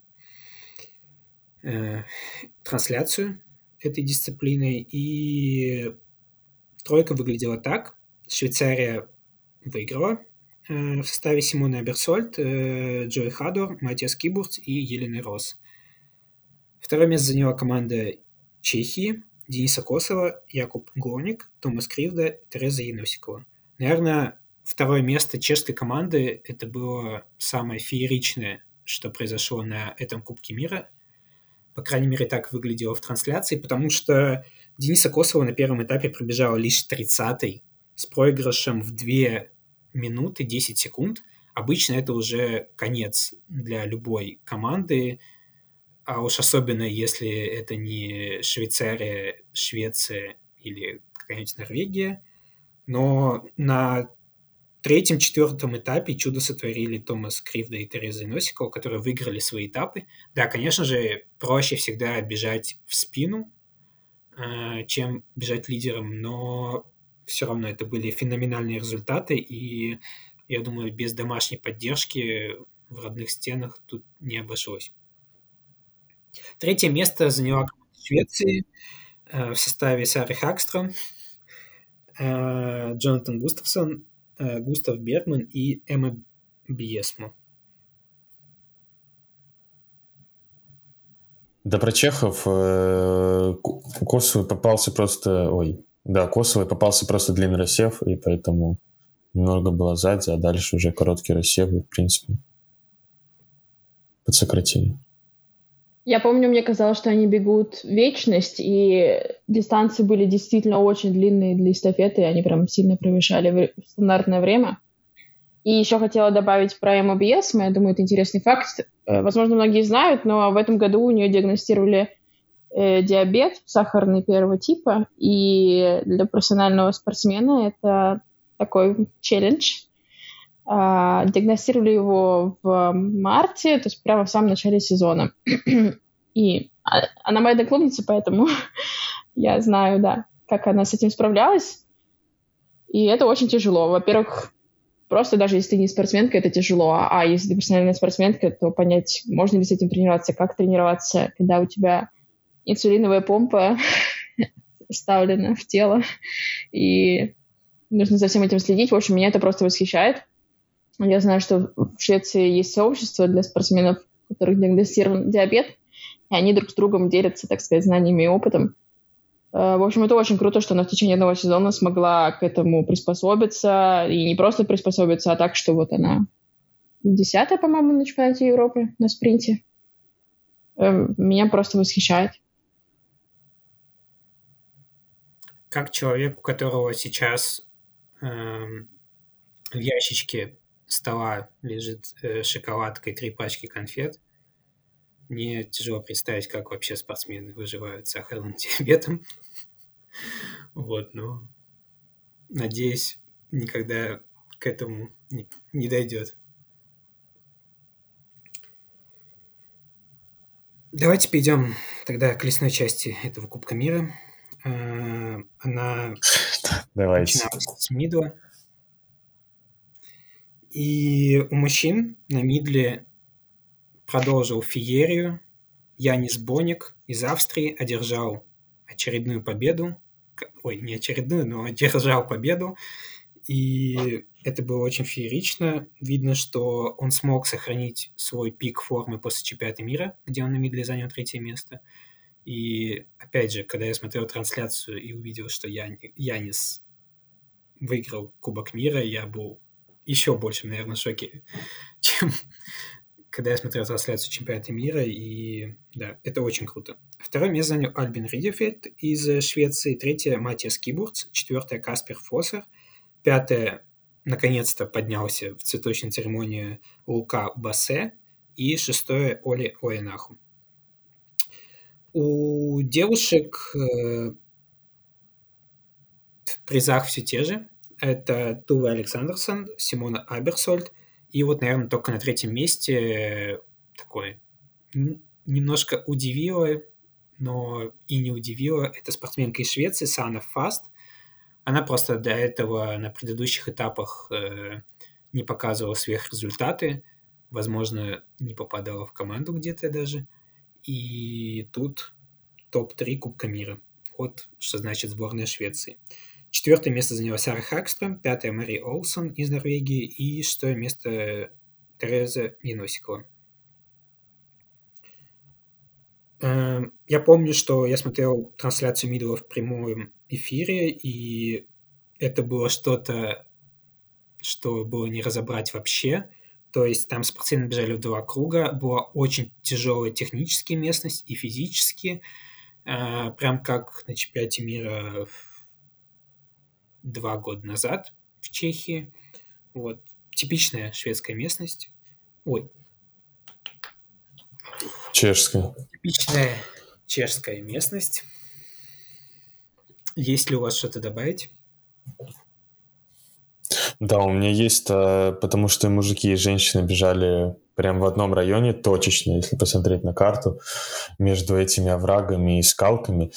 трансляцию этой дисциплины, и тройка выглядела так. Швейцария выиграла в составе Симоны Аберсольд, Джой Хадор, Матиас Кибурц и Елены Рос. Второе место заняла команда Чехии, Дениса Косова, Якуб Глоник, Томас Кривда, Тереза Яносикова. Наверное, второе место чешской команды – это было самое фееричное, что произошло на этом Кубке мира. По крайней мере, так выглядело в трансляции, потому что Дениса Косова на первом этапе пробежала лишь 30-й с проигрышем в 2 минуты 10 секунд. Обычно это уже конец для любой команды, а уж особенно если это не Швейцария, Швеция или какая-нибудь Норвегия. Но на третьем-четвертом этапе чудо сотворили Томас Кривда и Тереза Носикова, которые выиграли свои этапы. Да, конечно же, проще всегда бежать в спину, чем бежать лидером, но все равно это были феноменальные результаты, и я думаю, без домашней поддержки в родных стенах тут не обошлось. Третье место заняла команда Швеции в составе Сары Хагстром, Джонатан Густавсон, Густав Бергман и Эмма Биесмо. Да, про чехов Косовый попался просто... Косовый попался просто длинный рассев, и поэтому немного было сзади, а дальше уже короткий рассев, и, в принципе, подсократили. Я помню, мне казалось, что они бегут вечность, и дистанции были действительно очень длинные для эстафеты, они прям сильно превышали стандартное время. И еще хотела добавить про МОБС, я думаю, это интересный факт. Возможно, многие знают, но в этом году у нее диагностировали диабет сахарный первого типа, и для профессионального спортсмена это такой челлендж. Диагностировали его в марте, то есть прямо в самом начале сезона. И она моя одноклубница, поэтому я знаю, да, как она с этим справлялась. И это очень тяжело. Во-первых, просто даже если ты не спортсменка, это тяжело. А если ты профессиональная спортсменка, то понять, можно ли с этим тренироваться, как тренироваться, когда у тебя инсулиновая помпа вставлена в тело, и нужно за всем этим следить. В общем, меня это просто восхищает. Я знаю, что в Швеции есть сообщество для спортсменов, у которых диагностирован диабет, и они друг с другом делятся, так сказать, знаниями и опытом. В общем, это очень круто, что она в течение одного сезона смогла к этому приспособиться, и не просто приспособиться, а так, что вот она 10-я, по-моему, на чемпионате Европы на спринте. Меня просто восхищает. Как человек, у которого сейчас в ящичке стола лежит шоколадка и 3 пачки конфет, мне тяжело представить, как вообще спортсмены выживают с сахарным диабетом. Вот, но надеюсь, никогда к этому не дойдет. Давайте перейдем тогда к лесной части этого Кубка мира. Она Давайте. начиналась с мидла. И у мужчин на мидле продолжил феерию. Янис Боник из Австрии одержал очередную победу. Ой, не очередную, но одержал победу. И это было очень феерично. Видно, что он смог сохранить свой пик формы после чемпионата мира, где он на мидле занял 3-е место. И опять же, когда я смотрел трансляцию и увидел, что Янис выиграл Кубок мира, я был еще больше, наверное, в шоке, чем когда я смотрел трансляцию чемпионата мира. И да, это очень круто. Второе место занял Альбин Ридефельд из Швеции. Третье – Матиас Кибурц. Четвертое – Каспер Фоссер. Пятое – наконец-то поднялся в цветочной церемонии Лука Бассе. И шестое – Оли Оенаху. У девушек в призах все те же. Это Туве Александерсон, Симона Аберсольд. И вот, наверное, только на 3-м месте такое немножко удивило, но и не удивило. Это спортсменка из Швеции Санна Фаст. Она просто до этого на предыдущих этапах не показывала сверхрезультаты. Возможно, не попадала в команду где-то даже. И тут топ-3 Кубка мира. Вот что значит сборная Швеции. 4-е место заняла Сара Хагстрöm, 5-е Мари Олсен из Норвегии и 6-е место Тереза Яносикова. Я помню, что я смотрел трансляцию мидла в прямом эфире, и это было что-то, что было не разобрать вообще. То есть там спортсмены бежали в 2 круга, была очень тяжелая технически местность и физически, прям как на чемпионате мира 2 года назад в Чехии. Вот. Типичная шведская местность. Ой. Чешская. Типичная чешская местность. Есть ли у вас что-то добавить? Да, у меня есть, потому что мужики и женщины бежали прям в одном районе, точечно, если посмотреть на карту, между этими оврагами и скалками.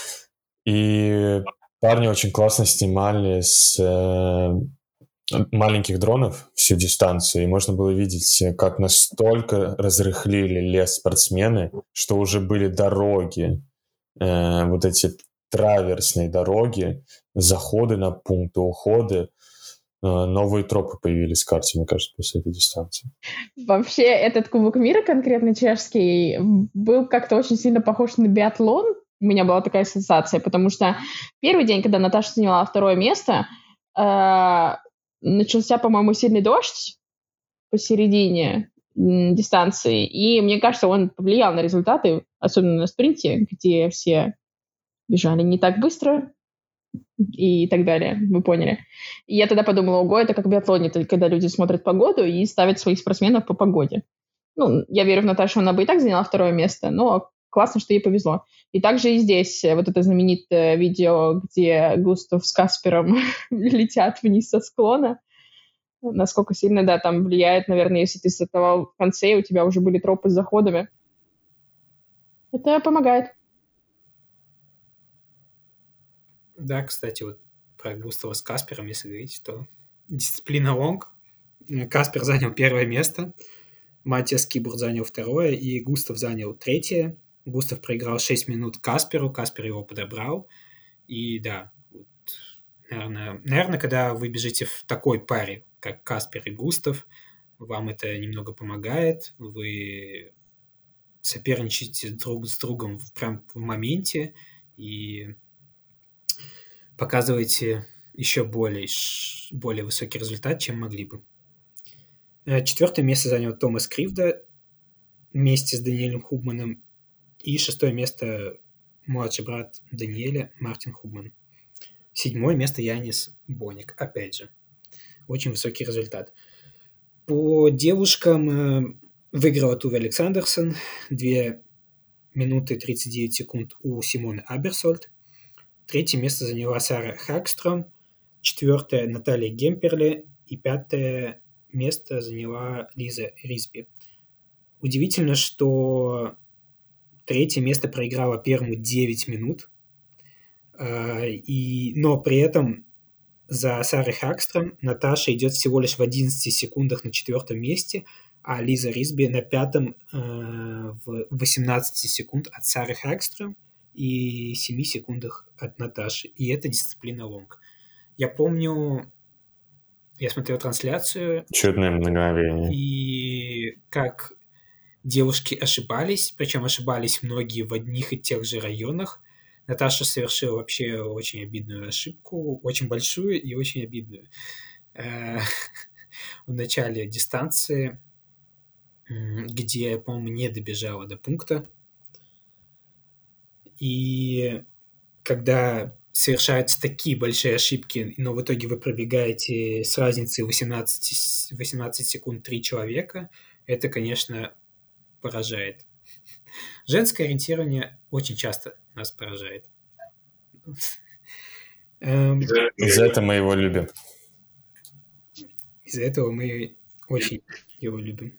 И парни очень классно снимали с маленьких дронов всю дистанцию, и можно было видеть, как настолько разрыхлили лес спортсмены, что уже были дороги, вот эти траверсные дороги, заходы на пункты, уходы. Новые тропы появились в карте, мне кажется, после этой дистанции. Вообще, этот Кубок мира, конкретно чешский, был как-то очень сильно похож на биатлон. У меня была такая ассоциация, потому что первый день, когда Наташа заняла 2-е место, начался, по-моему, сильный дождь посередине дистанции, и мне кажется, он повлиял на результаты, особенно на спринте, где все бежали не так быстро и так далее, вы поняли. И я тогда подумала, ого, это как в биатлоне, когда люди смотрят погоду и ставят своих спортсменов по погоде. Ну, я верю в Наташу, она бы и так заняла 2-е место, но классно, что ей повезло. И также и здесь вот это знаменитое видео, где Густав с Каспером летят вниз со склона. Насколько сильно, да, там влияет, наверное, если ты стартовал в конце, и у тебя уже были тропы с заходами. Это помогает. Да, кстати, вот про Густава с Каспером, если говорить, то дисциплина лонг. Каспер занял 1-е место, Матиас Кибурц занял 2-е, и Густав занял 3-е. Густав проиграл 6 минут Касперу, Каспер его подобрал. И да, вот, наверное, когда вы бежите в такой паре, как Каспер и Густав, вам это немного помогает, вы соперничаете друг с другом прям в моменте и показываете еще более высокий результат, чем могли бы. 4-е место занял Томас Кривда вместе с Даниэлем Хубманом. И 6-е место младший брат Даниэля Мартин Хубман. 7-е место Янис Боник. Опять же, очень высокий результат. По девушкам выиграла Туве Александерсон. 2 минуты 39 секунд у Симоны Аберсольд. 3-е место заняла Сара Хагстрöm. 4-е Наталья Гемперли. И 5-е место заняла Лиза Рисби. Удивительно, что третье место проиграло первому 9 минут. Но при этом за Сарой Хагстрöm Наташа идет всего лишь в 11 секундах на 4-м месте, а Лиза Рисби на 5-м в 18 секунд от Сары Хагстрöm и 7 секундах от Наташи. И это дисциплина лонг. Я помню, я смотрел трансляцию. Чудное мгновение. И как девушки ошибались, причем ошибались многие в одних и тех же районах. Наташа совершила вообще очень обидную ошибку, очень большую и очень обидную. В начале дистанции, где, по-моему, не добежала до пункта. И когда совершаются такие большие ошибки, но в итоге вы пробегаете с разницей 18 секунд 3 человека, это, конечно, поражает. Женское ориентирование очень часто нас поражает. За это мы его любим. Из-за этого мы очень его любим.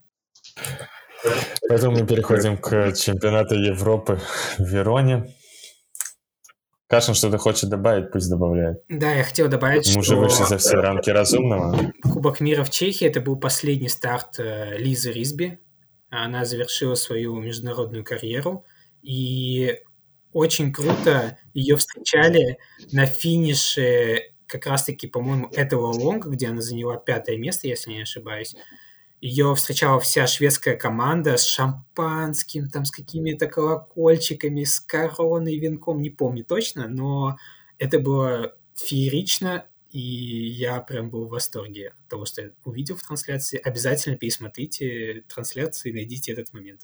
Поэтому мы переходим к чемпионату Европы в Вероне. Кашин что-то хочет добавить, пусть добавляет. Да, я хотел добавить, Мы уже вышли за все рамки разумного. Кубок мира в Чехии – это был последний старт Лизы Рисби. Она завершила свою международную карьеру. И очень круто ее встречали на финише как раз-таки, по-моему, этого лонга, где она заняла 5-е место, если не ошибаюсь. Ее встречала вся шведская команда с шампанским, там, с какими-то колокольчиками, с короной, венком, не помню точно, но это было феерично, и я прям был в восторге от того, что я увидел в трансляции. Обязательно пересмотрите трансляцию и найдите этот момент.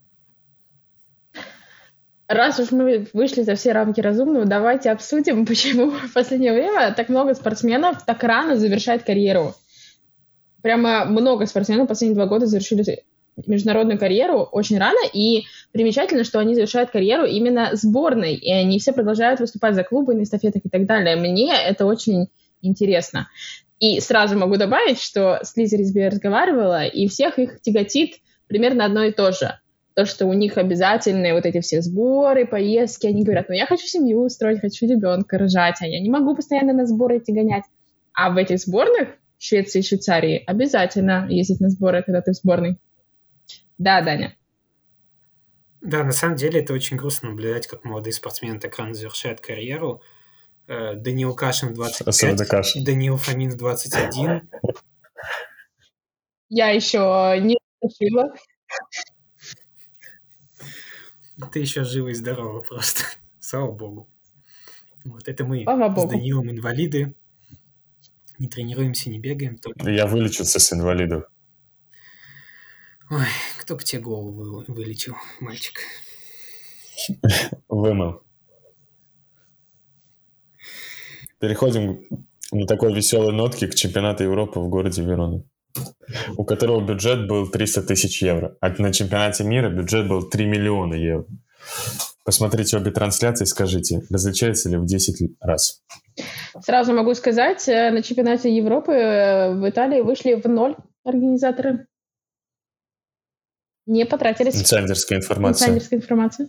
Раз уж мы вышли за все рамки разумного, давайте обсудим, почему в последнее время так много спортсменов так рано завершает карьеру. Прямо много спортсменов последние 2 года завершили международную карьеру очень рано, и примечательно, что они завершают карьеру именно сборной, и они все продолжают выступать за клубы на эстафетах и так далее. Мне это очень интересно. И сразу могу добавить, что с Лизой Рисби я разговаривала, и всех их тяготит примерно одно и то же. То, что у них обязательные вот эти все сборы, поездки. Они говорят, я хочу семью устроить, хочу ребенка рожать, а я не могу постоянно на сборы идти гонять. А в этих сборных Швеции и Швейцарии обязательно ездить на сборы, когда ты в сборной. Да, Даня. Да, на самом деле это очень грустно наблюдать, как молодые спортсмены так рано завершают карьеру. Даниил Кашин 25, Даниил Фомин 21. Я еще не решила. Ты еще жива и здорова просто. Слава богу. Вот это мы Слава с богу. Даниилом инвалиды. Не тренируемся, не бегаем. Только... Я вылечился с инвалидов. Ой, кто бы тебе голову вылечил, мальчик? Вымыл. Переходим на такой веселой нотке к чемпионату Европы в городе Верона, у которого бюджет был 300 тысяч евро. А на чемпионате мира бюджет был 3 миллиона евро. Посмотрите обе трансляции и скажите, различается ли в 10 раз? Сразу могу сказать, на чемпионате Европы в Италии вышли в ноль организаторы. Не потратились. Инсайдерская информация.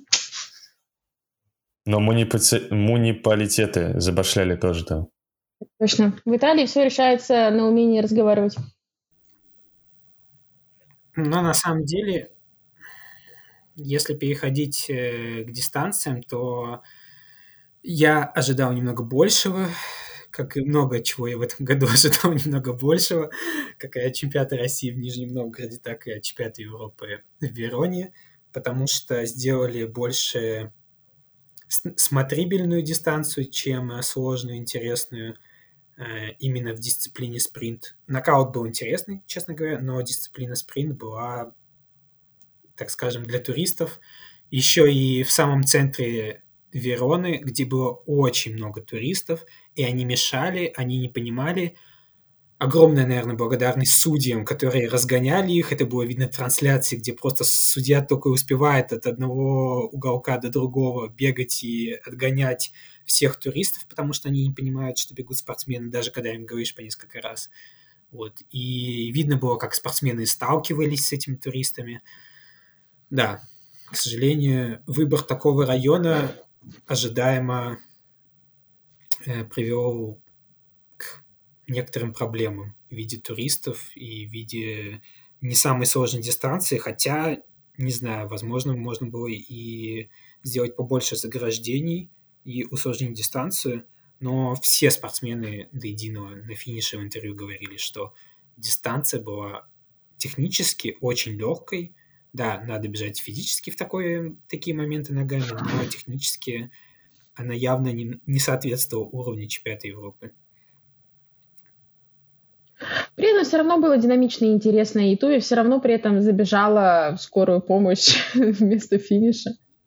Но муниципалитеты забашляли тоже там. Точно. В Италии все решается на умении разговаривать. Но на самом деле, если переходить к дистанциям, то я ожидал немного большего, как и много чего я в этом году ожидал немного большего, как и от чемпионата России в Нижнем Новгороде, так и от чемпионата Европы в Вероне, потому что сделали больше смотрибельную дистанцию, чем сложную, интересную, именно в дисциплине спринт. Нокаут был интересный, честно говоря, но дисциплина спринт была, так скажем, для туристов. Еще и в самом центре Вероны, где было очень много туристов, и они мешали, они не понимали. Огромная, наверное, благодарность судьям, которые разгоняли их. Это было видно в трансляции, где просто судья только успевает от одного уголка до другого бегать и отгонять всех туристов, потому что они не понимают, что бегут спортсмены, даже когда им говоришь по несколько раз. Вот. И видно было, как спортсмены сталкивались с этими туристами. Да, к сожалению, выбор такого района ожидаемо привел к некоторым проблемам в виде туристов и в виде не самой сложной дистанции, хотя, не знаю, возможно, можно было и сделать побольше заграждений и усложнить дистанцию, но все спортсмены до единого на финише в интервью говорили, что дистанция была технически очень легкой. Да, надо бежать физически в такие моменты ногами, но технически она явно не соответствовала уровню чемпионата Европы. При этом все равно было динамично и интересно, и Туя все равно при этом забежала в скорую помощь вместо финиша.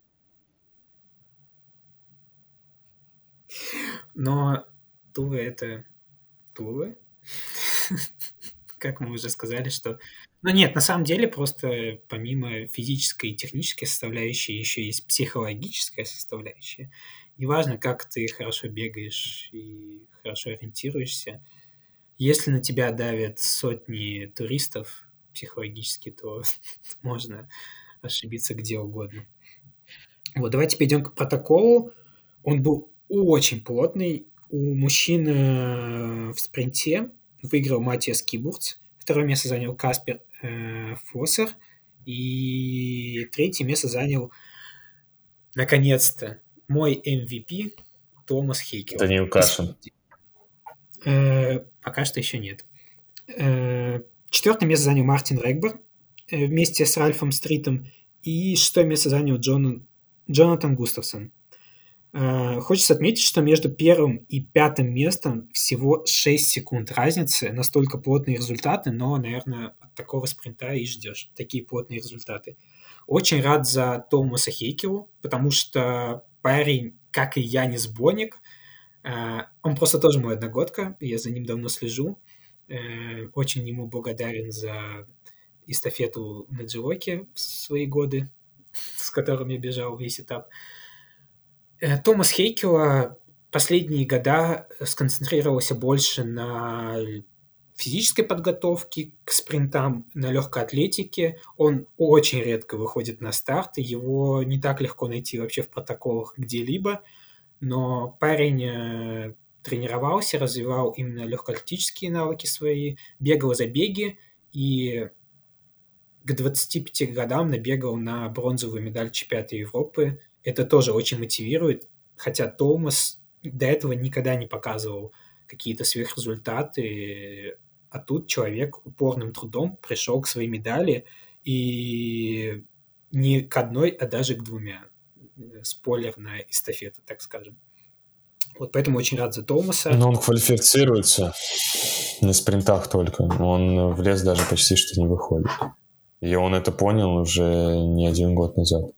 Но Тула — это Тула. Как мы уже сказали, что... Ну нет, на самом деле просто помимо физической и технической составляющей еще есть психологическая составляющая. Неважно, как ты хорошо бегаешь и хорошо ориентируешься, если на тебя давят сотни туристов психологически, то можно ошибиться где угодно. Вот, давайте перейдем к протоколу. Он был очень плотный. У мужчин в спринте выиграл Матиас Кибурц. Второе место занял Каспер Фоссер. И третье место занял, наконец-то, мой MVP Томас Хейкел. Даниил Кашин. Пока что еще нет. Четвертое место занял Мартин Регбер вместе с Ральфом Стритом. И шестое место занял Джонатан Густавсон. Хочется отметить, что между первым и пятым местом всего 6 секунд разницы. Настолько плотные результаты, но, наверное, от такого спринта и ждешь такие плотные результаты. Очень рад за Томаса Хейкелу, потому что парень, как и Янис Боник, он просто тоже мой одногодка, я за ним давно слежу. Очень ему благодарен за эстафету на Джелоке в свои годы, с которым я бежал весь этап. Томас Хейкела последние года сконцентрировался больше на физической подготовке к спринтам, на легкой атлетике. Он очень редко выходит на старт, и его не так легко найти вообще в протоколах где-либо. Но парень тренировался, развивал именно легкоатлетические навыки свои, бегал забеги и к 25 годам набегал на бронзовую медаль чемпионата Европы. Это тоже очень мотивирует, хотя Томас до этого никогда не показывал какие-то сверхрезультаты, а тут человек упорным трудом пришел к своей медали, и не к одной, а даже к двумя. Спойлер на эстафету, так скажем. Вот поэтому очень рад за Томаса. Но он квалифицируется на спринтах только. Он в лес даже почти что не выходит. И он это понял уже не 1 год назад.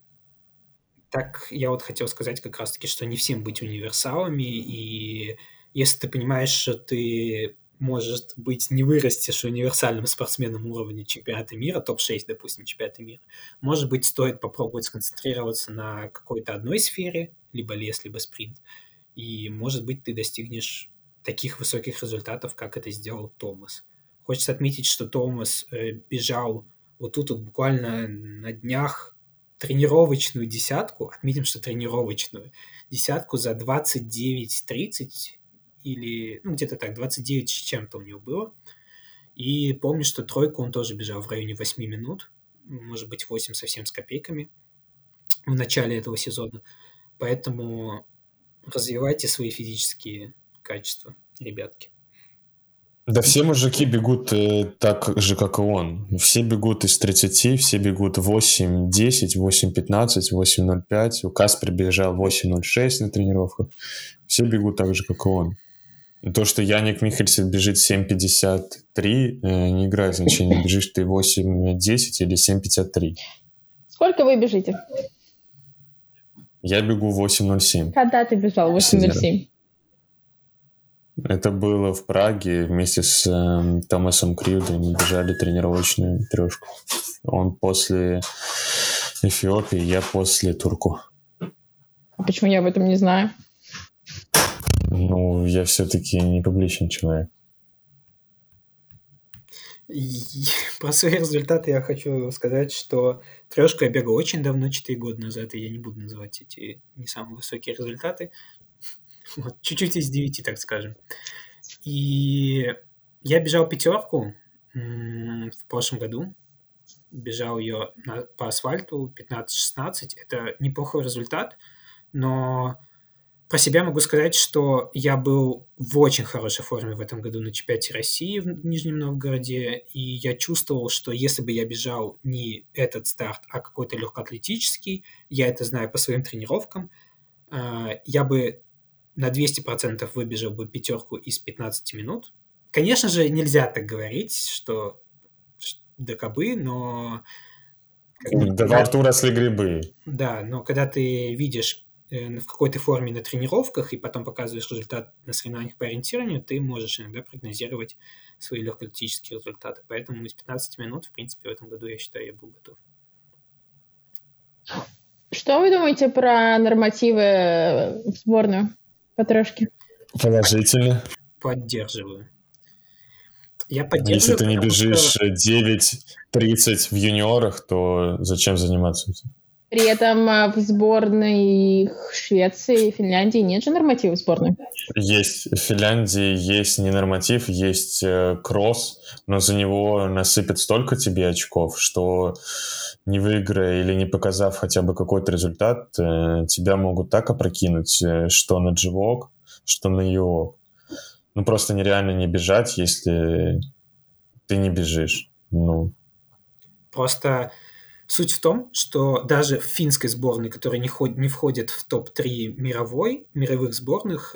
Так я вот хотел сказать как раз-таки, что не всем быть универсалами, и если ты понимаешь, что ты, может быть, не вырастешь универсальным спортсменом уровня чемпионата мира, топ-6, допустим, чемпионата мира, может быть, стоит попробовать сконцентрироваться на какой-то одной сфере, либо лес, либо спринт, и, может быть, ты достигнешь таких высоких результатов, как это сделал Томас. Хочется отметить, что Томас бежал вот тут вот буквально на днях тренировочную десятку, отметим, что тренировочную десятку за 29:30 или, ну, где-то так, 29 с чем-то у него было. И помню, что тройку он тоже бежал в районе 8 минут, может быть, 8 совсем с копейками в начале этого сезона. Поэтому развивайте свои физические качества, ребятки. Да все мужики бегут так же, как и он. Все бегут из 30, все бегут 8:10, 8:15, 8:05. У Каспер бежал 8:06 на тренировках. Все бегут так же, как и он. То, что Яник Михельсен бежит 7:53, не играет значения. Бежишь ты 8:10 или 7:53. Сколько вы бежите? Я бегу 8:07. Когда ты бежал 8:07? Это было в Праге вместе с Томасом Крюдой. Мы бежали тренировочную трешку. Он после Эфиопии, я после Турку. А почему я об этом не знаю? Ну, я все-таки не публичный человек. Про свои результаты я хочу сказать, что трешку я бегал очень давно, 4 года назад, и я не буду называть эти не самые высокие результаты. Вот, чуть-чуть из 9, так скажем. И я бежал 5 в прошлом году. Бежал ее по асфальту 15-16. Это неплохой результат, но про себя могу сказать, что я был в очень хорошей форме в этом году на чемпионате России в Нижнем Новгороде, и я чувствовал, что если бы я бежал не этот старт, а какой-то легкоатлетический, я это знаю по своим тренировкам, я бы на 200% выбежал бы 5 из 15 минут. Конечно же, нельзя так говорить, что да кабы, но... Да во рту росли грибы. Да, но когда ты видишь в какой ты форме на тренировках и потом показываешь результат на соревнованиях по ориентированию, ты можешь иногда прогнозировать свои легкоатлетические результаты. Поэтому из 15 минут, в принципе, в этом году, я считаю, я был готов. Что вы думаете про нормативы в сборную по трешке? Положительно. Поддерживаю. Если ты не бежишь 9:30 в юниорах, то зачем заниматься этим? При этом в сборной Швеции и Финляндии нет же норматива в сборной. Есть. В Финляндии есть не норматив, есть кросс, но за него насыпят столько тебе очков, что не выиграя или не показав хотя бы какой-то результат, тебя могут так опрокинуть, что на дживок, что на юок. Ну, просто нереально не бежать, если ты не бежишь. Ну. Просто суть в том, что даже в финской сборной, которая не входит в топ-3 мировых сборных,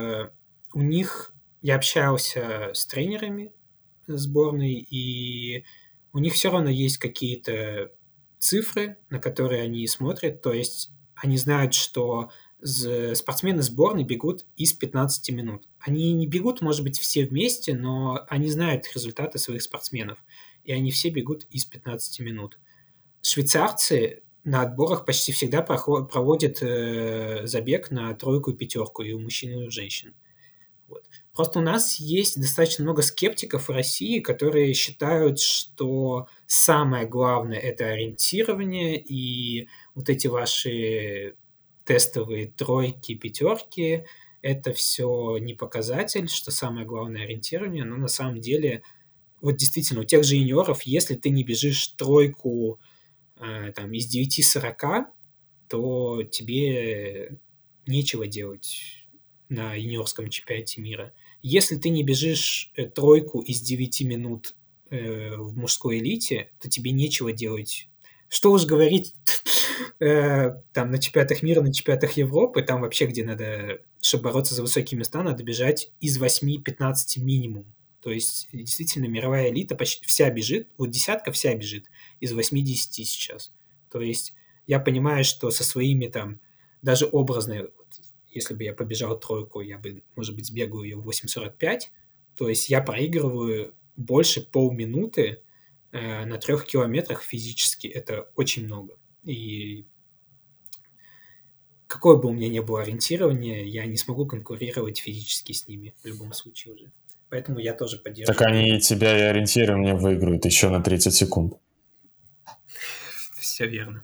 у них я общался с тренерами сборной, и у них все равно есть какие-то цифры, на которые они смотрят. То есть они знают, что спортсмены сборной бегут из 15 минут. Они не бегут, может быть, все вместе, но они знают результаты своих спортсменов, и они все бегут из 15 минут. Швейцарцы на отборах почти всегда проводят забег на тройку и пятерку и у мужчин, и у женщин. Вот. Просто у нас есть достаточно много скептиков в России, которые считают, что самое главное – это ориентирование, и вот эти ваши тестовые тройки, пятерки – это все не показатель, что самое главное – ориентирование, но на самом деле, вот действительно, у тех же юниоров, если ты не бежишь тройку там, из 9:40, то тебе нечего делать на юниорском чемпионате мира. Если ты не бежишь тройку из 9 минут в мужской элите, то тебе нечего делать. Что уж говорить там на чемпионатах мира, на чемпионатах Европы, там вообще, где надо, чтобы бороться за высокие места, надо бежать из 8-15 минимум. То есть, действительно, мировая элита почти вся бежит, вот десятка вся бежит из 80 сейчас. То есть, я понимаю, что со своими там, даже образно, если бы я побежал тройку, я бы, может быть, сбегаю ее в 8:45, то есть я проигрываю больше полминуты на 3 километрах физически. Это очень много. И какое бы у меня ни было ориентирование, я не смогу конкурировать физически с ними в любом случае уже. Поэтому я тоже поддерживаю. Так они тебя и ориентирование выиграют еще на 30 секунд. Все верно.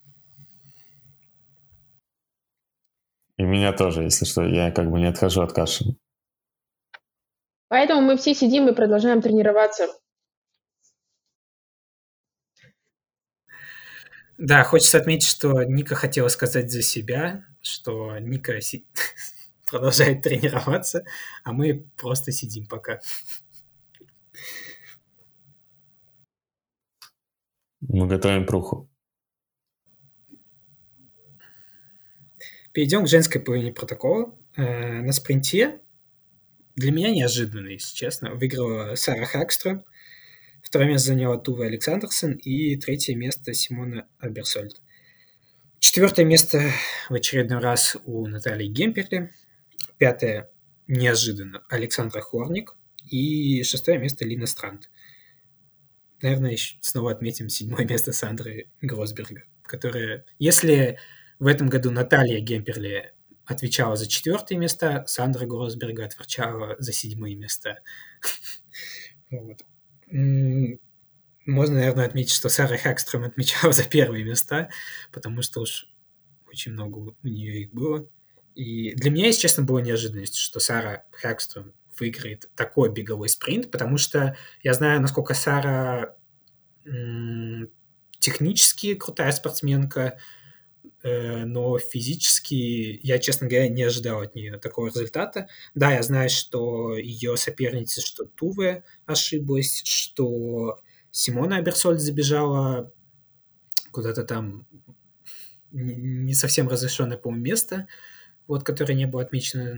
И меня тоже, если что, я как бы не отхожу от каши. Поэтому мы все сидим и продолжаем тренироваться. Да, хочется отметить, что Ника хотела сказать за себя, что Ника продолжает тренироваться, а мы просто сидим пока. Мы готовим пруху. Перейдем к женской половине протокола. На спринте для меня неожиданно, если честно, выиграла Сара Хагстрöm. Второе место заняла Туве Александрсен и третье место Симона Аберсольд. Четвертое место в очередной раз у Натальи Гемперли. Пятое неожиданно Александра Хорник. И шестое место Лина Странд. Наверное, еще снова отметим седьмое место Сандры Гросберга, которая, если в этом году Наталья Гемперли отвечала за 4 места, Сандра Гросберга отвечала за 7 места. Вот. Можно, наверное, отметить, что Сара Хагстрöm отмечала за первые места, потому что уж очень много у нее их было. И для меня, если честно, была неожиданность, что Сара Хагстрöm выиграет такой беговой спринт, потому что я знаю, насколько Сара технически крутая спортсменка, но физически я, честно говоря, не ожидал от нее такого результата. Да, я знаю, что ее соперница, что Туве ошиблась, что Симона Аберсольд забежала куда-то там не совсем разрешенное, по-моему, место, вот, которое не было отмечено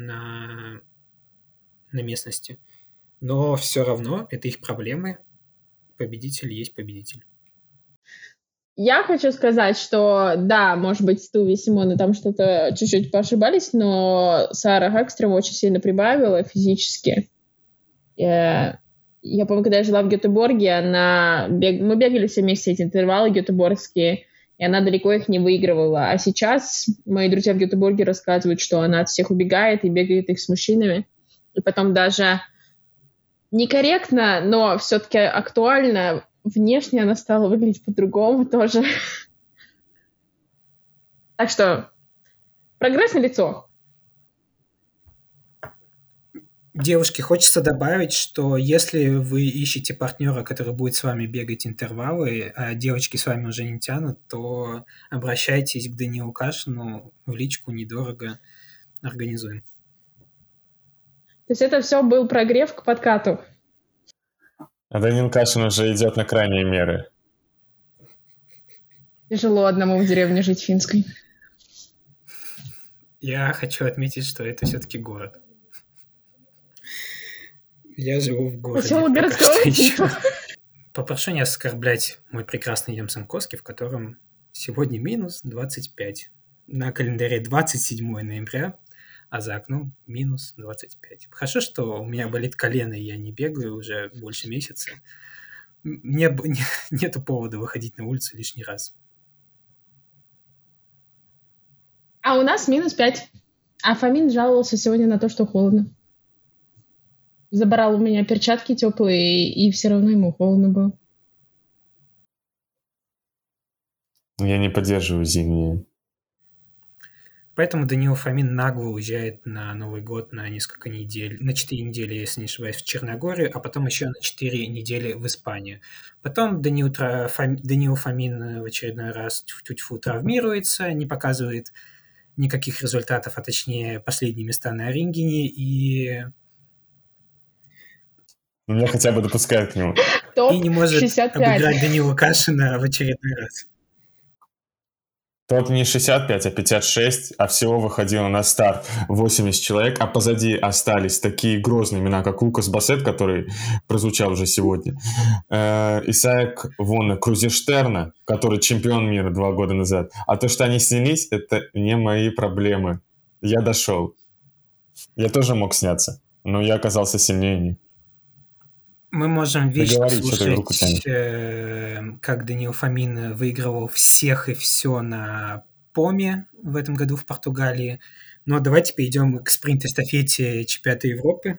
на местности. Но все равно это их проблемы. Победитель есть победитель. Я хочу сказать, что да, может быть, Туви и Симона там что-то чуть-чуть поошибались, но Сара Хагстрöm очень сильно прибавила физически. Я помню, когда я жила в Гетеборге, мы бегали все вместе эти интервалы гетеборгские, и она далеко их не выигрывала. А сейчас мои друзья в Гетеборге рассказывают, что она от всех убегает и бегает их с мужчинами. И потом даже некорректно, но все-таки актуально, внешне она стала выглядеть по-другому тоже. Так что прогресс налицо. Девушки, хочется добавить, что если вы ищете партнера, который будет с вами бегать интервалы, а девочки с вами уже не тянут, то обращайтесь к Данилу Кашину в личку, недорого организуем. То есть это все был прогрев к подкату. А Данил Кашин уже идет на крайние меры. Тяжело одному в деревне жить финской. Я хочу отметить, что это все-таки город. Я живу в городе. Поселок городского типа. Попрошу не оскорблять мой прекрасный Ямсан-Коски, в котором сегодня минус 25. На календаре 27 ноября, а за окном минус 25. Хорошо, что у меня болит колено, и я не бегаю уже больше месяца. Нету повода выходить на улицу лишний раз. А у нас минус 5. А Фомин жаловался сегодня на то, что холодно. Забрал у меня перчатки теплые, и все равно ему холодно было. Я не поддерживаю зимние. Поэтому Данил Фомин нагло уезжает на Новый год на несколько недель, на 4 недели, если не ошибаюсь, в Черногорию, а потом еще на 4 недели в Испанию. Потом Данил Фомин в очередной раз тьфу-тьфу травмируется, не показывает никаких результатов, а точнее последние места на Рингене, и... Меня хотя бы допускают к нему. И не может 65. Обыграть Данила Кашина в очередной раз. Топ не 65, а 56, а всего выходило на старт 80 человек, а позади остались такие грозные имена, как Лукас Бассет, который прозвучал уже сегодня, Исаак Вонне Крузерштерна, который чемпион мира 2 года назад. А то, что они снялись, это не мои проблемы. Я дошел. Я тоже мог сняться, но я оказался сильнее них. Мы можем вечно слушать, как Данил Фомин выигрывал всех и все на Поме в этом году в Португалии. Но давайте перейдем к спринт-эстафете чемпионата Европы.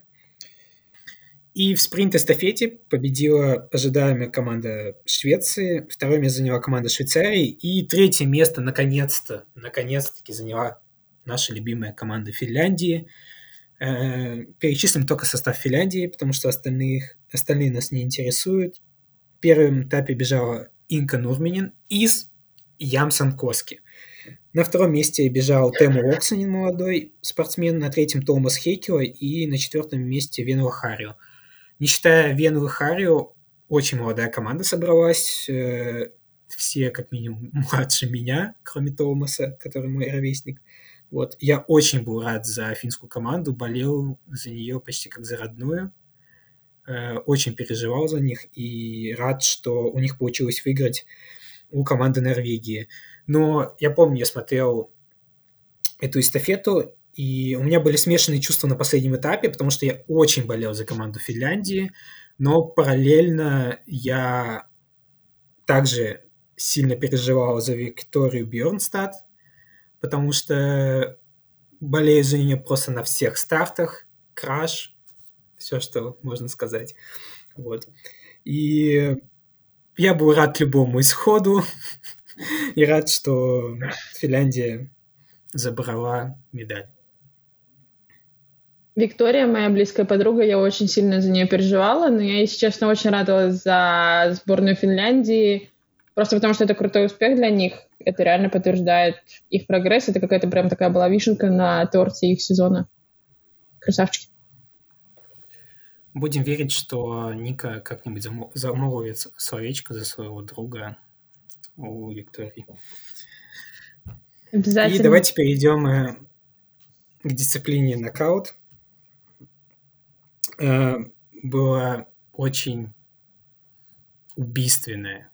И в спринт-эстафете победила ожидаемая команда Швеции, второе место заняла команда Швейцарии, и третье место наконец-таки заняла наша любимая команда Финляндии. Перечислим только состав Финляндии, потому что остальные нас не интересуют. В первом этапе бежала Инка Нурминен из Ямсан-Коски. На втором месте бежал Тему Оксанин, молодой спортсмен, на третьем Томас Хейкела и на четвертом месте Венуа Харио. Не считая Венуа Харио, очень молодая команда собралась. Все, как минимум, младше меня, кроме Томаса, который мой ровесник. Вот. Я очень был рад за финскую команду, болел за нее почти как за родную. Очень переживал за них и рад, что у них получилось выиграть у команды Норвегии. Но я помню, я смотрел эту эстафету, и у меня были смешанные чувства на последнем этапе, потому что я очень болел за команду Финляндии, но параллельно я также сильно переживал за Викторию Бьернстад, потому что болею за нее просто на всех стартах, краш, все, что можно сказать. Вот. И я был рад любому исходу и рад, что Финляндия забрала медаль. Виктория, моя близкая подруга, я очень сильно за нее переживала, но я, если честно, очень радовалась за сборную Финляндии, просто потому что это крутой успех для них, это реально подтверждает их прогресс, это какая-то прям такая была вишенка на торте их сезона. Красавчики. Будем верить, что Ника как-нибудь замолвит словечко за своего друга у Виктории. Обязательно. И давайте перейдем к дисциплине нокаут. Была очень убийственная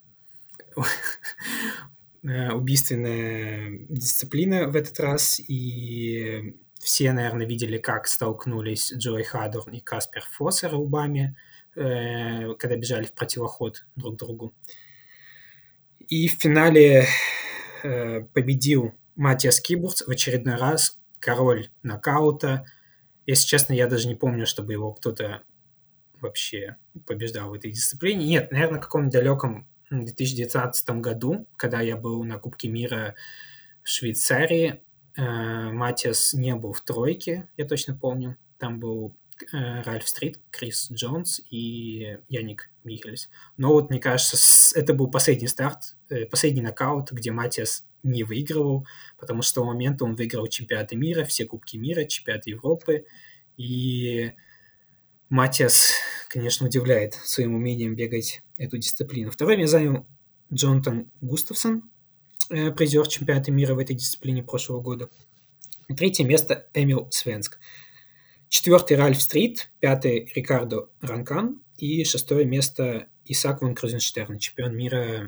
дисциплина в этот раз, и все, наверное, видели, как столкнулись Джой Хадорн и Каспер Фоссер лбами, когда бежали в противоход друг другу. И в финале победил Матиас Кибурц в очередной раз, король нокаута. Если честно, я даже не помню, чтобы его кто-то вообще побеждал в этой дисциплине. Нет, наверное, в каком-нибудь далеком 2019 году, когда я был на Кубке мира в Швейцарии, Матиас не был в тройке, я точно помню. Там был Ральф Стрит, Крис Джонс и Яник Михельс. Но вот, мне кажется, это был последний старт, последний нокаут, где Матиас не выигрывал, потому что с того момента он выиграл чемпионаты мира, все Кубки мира, чемпионаты Европы, и Матиас, конечно, удивляет своим умением бегать эту дисциплину. Второе место занял Джонатан Густавсон, призер чемпионата мира в этой дисциплине прошлого года. Третье место Эмил Свенск. Четвертый Ральф Стрит, пятый Рикардо Ранкан и шестое место Исаак ван Крузенштерн, чемпион мира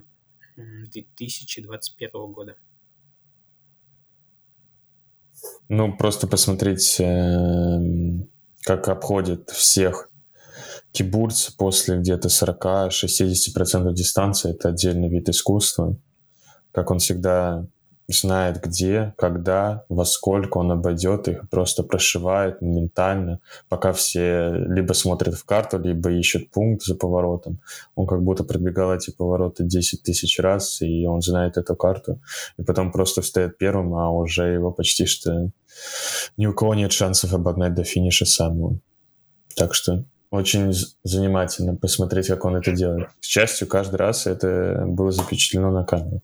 2021 года. Ну, просто посмотреть, как обходит всех кибурц после где-то 40-60% дистанции. Это отдельный вид искусства. Как он всегда знает, где, когда, во сколько он обойдет их, просто прошивает моментально, пока все либо смотрят в карту, либо ищут пункт за поворотом. Он как будто пробегал эти повороты 10 тысяч раз, и он знает эту карту. И потом просто встает первым, а уже его почти что ни у кого нет шансов обогнать до финиша самого. Так что очень занимательно посмотреть, как он это делает. К счастью, каждый раз это было запечатлено на камеру.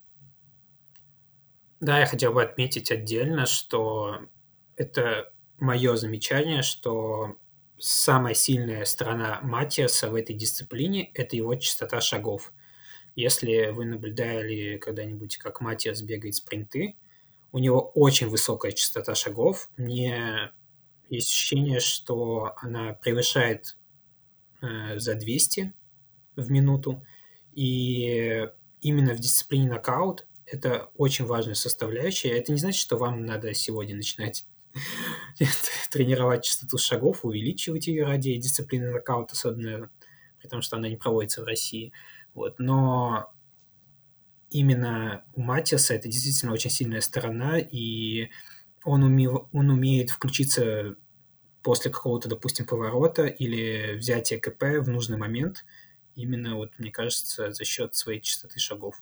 Да, я хотел бы отметить отдельно, что это мое замечание, что самая сильная сторона Матиаса в этой дисциплине – это его частота шагов. Если вы наблюдали когда-нибудь, как Матиас бегает спринты, у него очень высокая частота шагов. Мне есть ощущение, что она превышает за 200 в минуту. И именно в дисциплине нокаут это очень важная составляющая. Это не значит, что вам надо сегодня начинать тренировать частоту шагов, увеличивать ее ради дисциплины нокаут, особенно при том, что она не проводится в России. Вот. Но именно у Матиаса это действительно очень сильная сторона, и он умеет включиться после какого-то, допустим, поворота или взятия КП в нужный момент, именно, вот, мне кажется, за счет своей частоты шагов.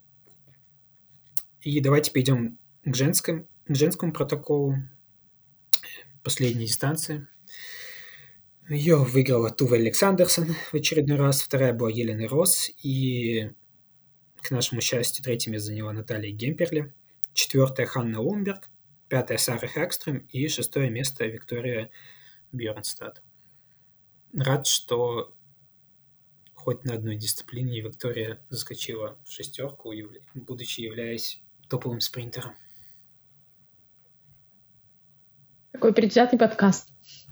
И давайте перейдем к женскому протоколу. Последняя дистанция. Ее выиграла Туве Александерсон в очередной раз. Вторая была Елена Росс. И, к нашему счастью, третье место заняла Наталья Гемперле. Четвертая Ханна Лумберг. Пятая Сара Хакстрöm. И шестое место Виктория Бьернстад. Рад, что хоть на одной дисциплине Виктория заскочила в шестерку, будучи являясь топовым спринтером. Такой предвзятый подкаст.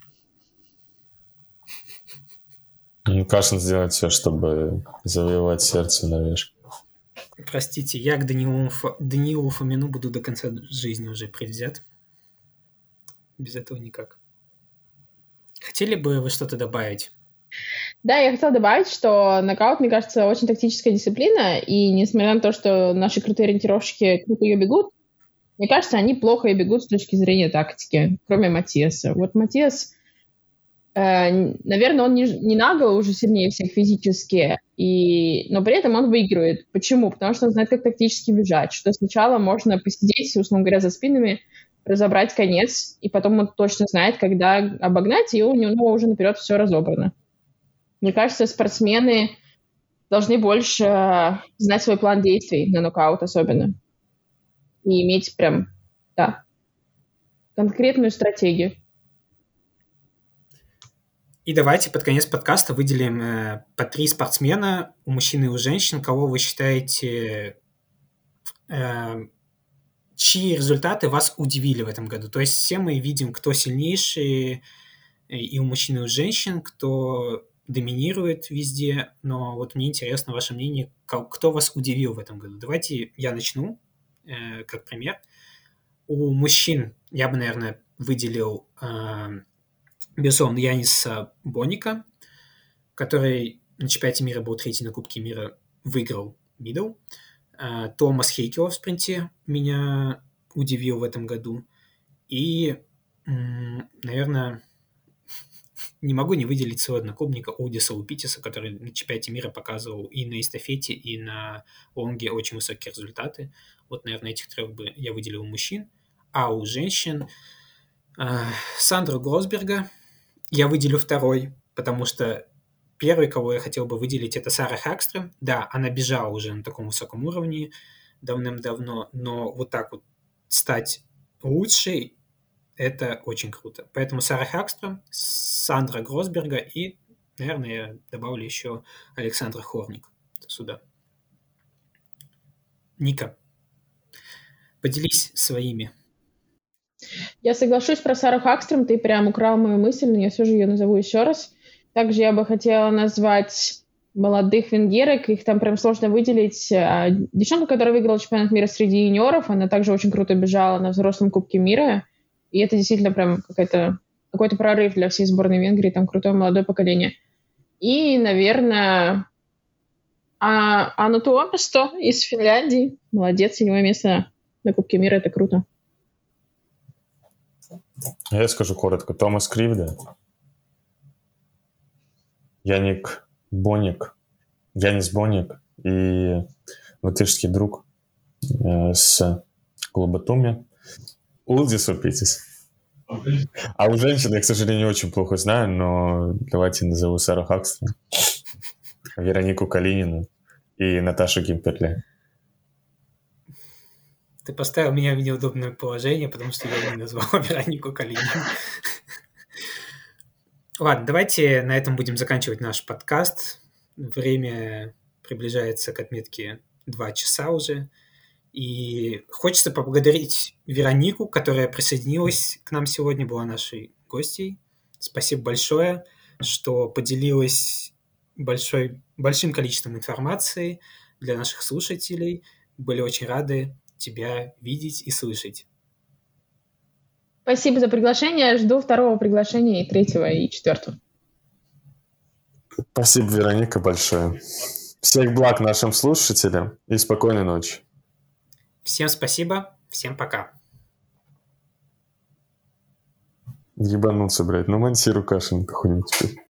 Кашин сделает все, чтобы завоевать сердце Норвежки. Простите, я к Даниилу Фомину буду до конца жизни уже предвзят. Без этого никак. Хотели бы вы что-то добавить? Да, я хотела добавить, что нокаут, мне кажется, очень тактическая дисциплина, и несмотря на то, что наши крутые ориентировщики круто ее бегут, мне кажется, они плохо ее бегут с точки зрения тактики, кроме Матиаса. Вот Матиас Наверное, он не нагло уже сильнее всех физически, но при этом он выигрывает. Почему? Потому что он знает, как тактически бежать, что сначала можно посидеть, условно говоря, за спинами, разобрать конец, и потом он точно знает, когда обогнать, и у него уже наперед все разобрано. Мне кажется, спортсмены должны больше знать свой план действий на нокаут особенно. И иметь прям, да, конкретную стратегию. И давайте под конец подкаста выделим по 3 спортсмена у мужчин и у женщин, кого вы считаете, чьи результаты вас удивили в этом году. То есть все мы видим, кто сильнейший и у мужчин, и у женщин, кто доминирует везде, но вот мне интересно ваше мнение, кто вас удивил в этом году. Давайте я начну, как пример. У мужчин я бы, наверное, выделил, безусловно, Яниса Боника, который на чемпионате мира был третий на Кубке мира, выиграл мидл. Томас Хейкела в спринте меня удивил в этом году. И, наверное, не могу не выделить своего одноклубника Удиса Лупитиса, который на чемпионате мира показывал и на эстафете, и на лонге очень высокие результаты. Вот, наверное, этих 3 бы я выделил у мужчин. А у женщин Сандру Гросберга я выделю 2, потому что первый, кого я хотел бы выделить, это Сара Хакстрем. Да, она бежала уже на таком высоком уровне давным-давно, но вот так вот стать лучшей – это очень круто. Поэтому Сара Хакстрем, Сандра Гросберга и, наверное, я добавлю еще Александра Хорник сюда. Ника, поделись своими. Я соглашусь про Сару Хакстрем, ты прям украл мою мысль, но я все же ее назову еще раз. Также я бы хотела назвать молодых венгерок, их там прям сложно выделить. Девчонка, которая выиграла чемпионат мира среди юниоров, она также очень круто бежала на взрослом Кубке мира, и это действительно прям какой-то прорыв для всей сборной Венгрии, там крутое молодое поколение. И, наверное, Анну Туомисто из Финляндии. Молодец, 7 место на Кубке мира, это круто. Я скажу коротко. Томас Кривда, Янис Боник и латышский друг с клуба Туми Улдис Лупитис. А у женщин я, к сожалению, очень плохо знаю, но давайте назову Сару Хакстрем, Веронику Калинину и Наташу Гимперле. Ты поставил меня в неудобное положение, потому что я не назвал Веронику Калинину. Ладно, давайте на этом будем заканчивать наш подкаст. Время приближается к отметке 2 часа уже. И хочется поблагодарить Веронику, которая присоединилась к нам сегодня, была нашей гостьей. Спасибо большое, что поделилась большим количеством информации для наших слушателей. Были очень рады тебя видеть и слышать. Спасибо за приглашение. Жду 2 приглашения, и 3, и 4. Спасибо, Вероника, большое. Всех благ нашим слушателям и спокойной ночи. Всем спасибо, всем пока. Ебануться, блядь. Ну, монтируй Кашин какой-нибудь теперь.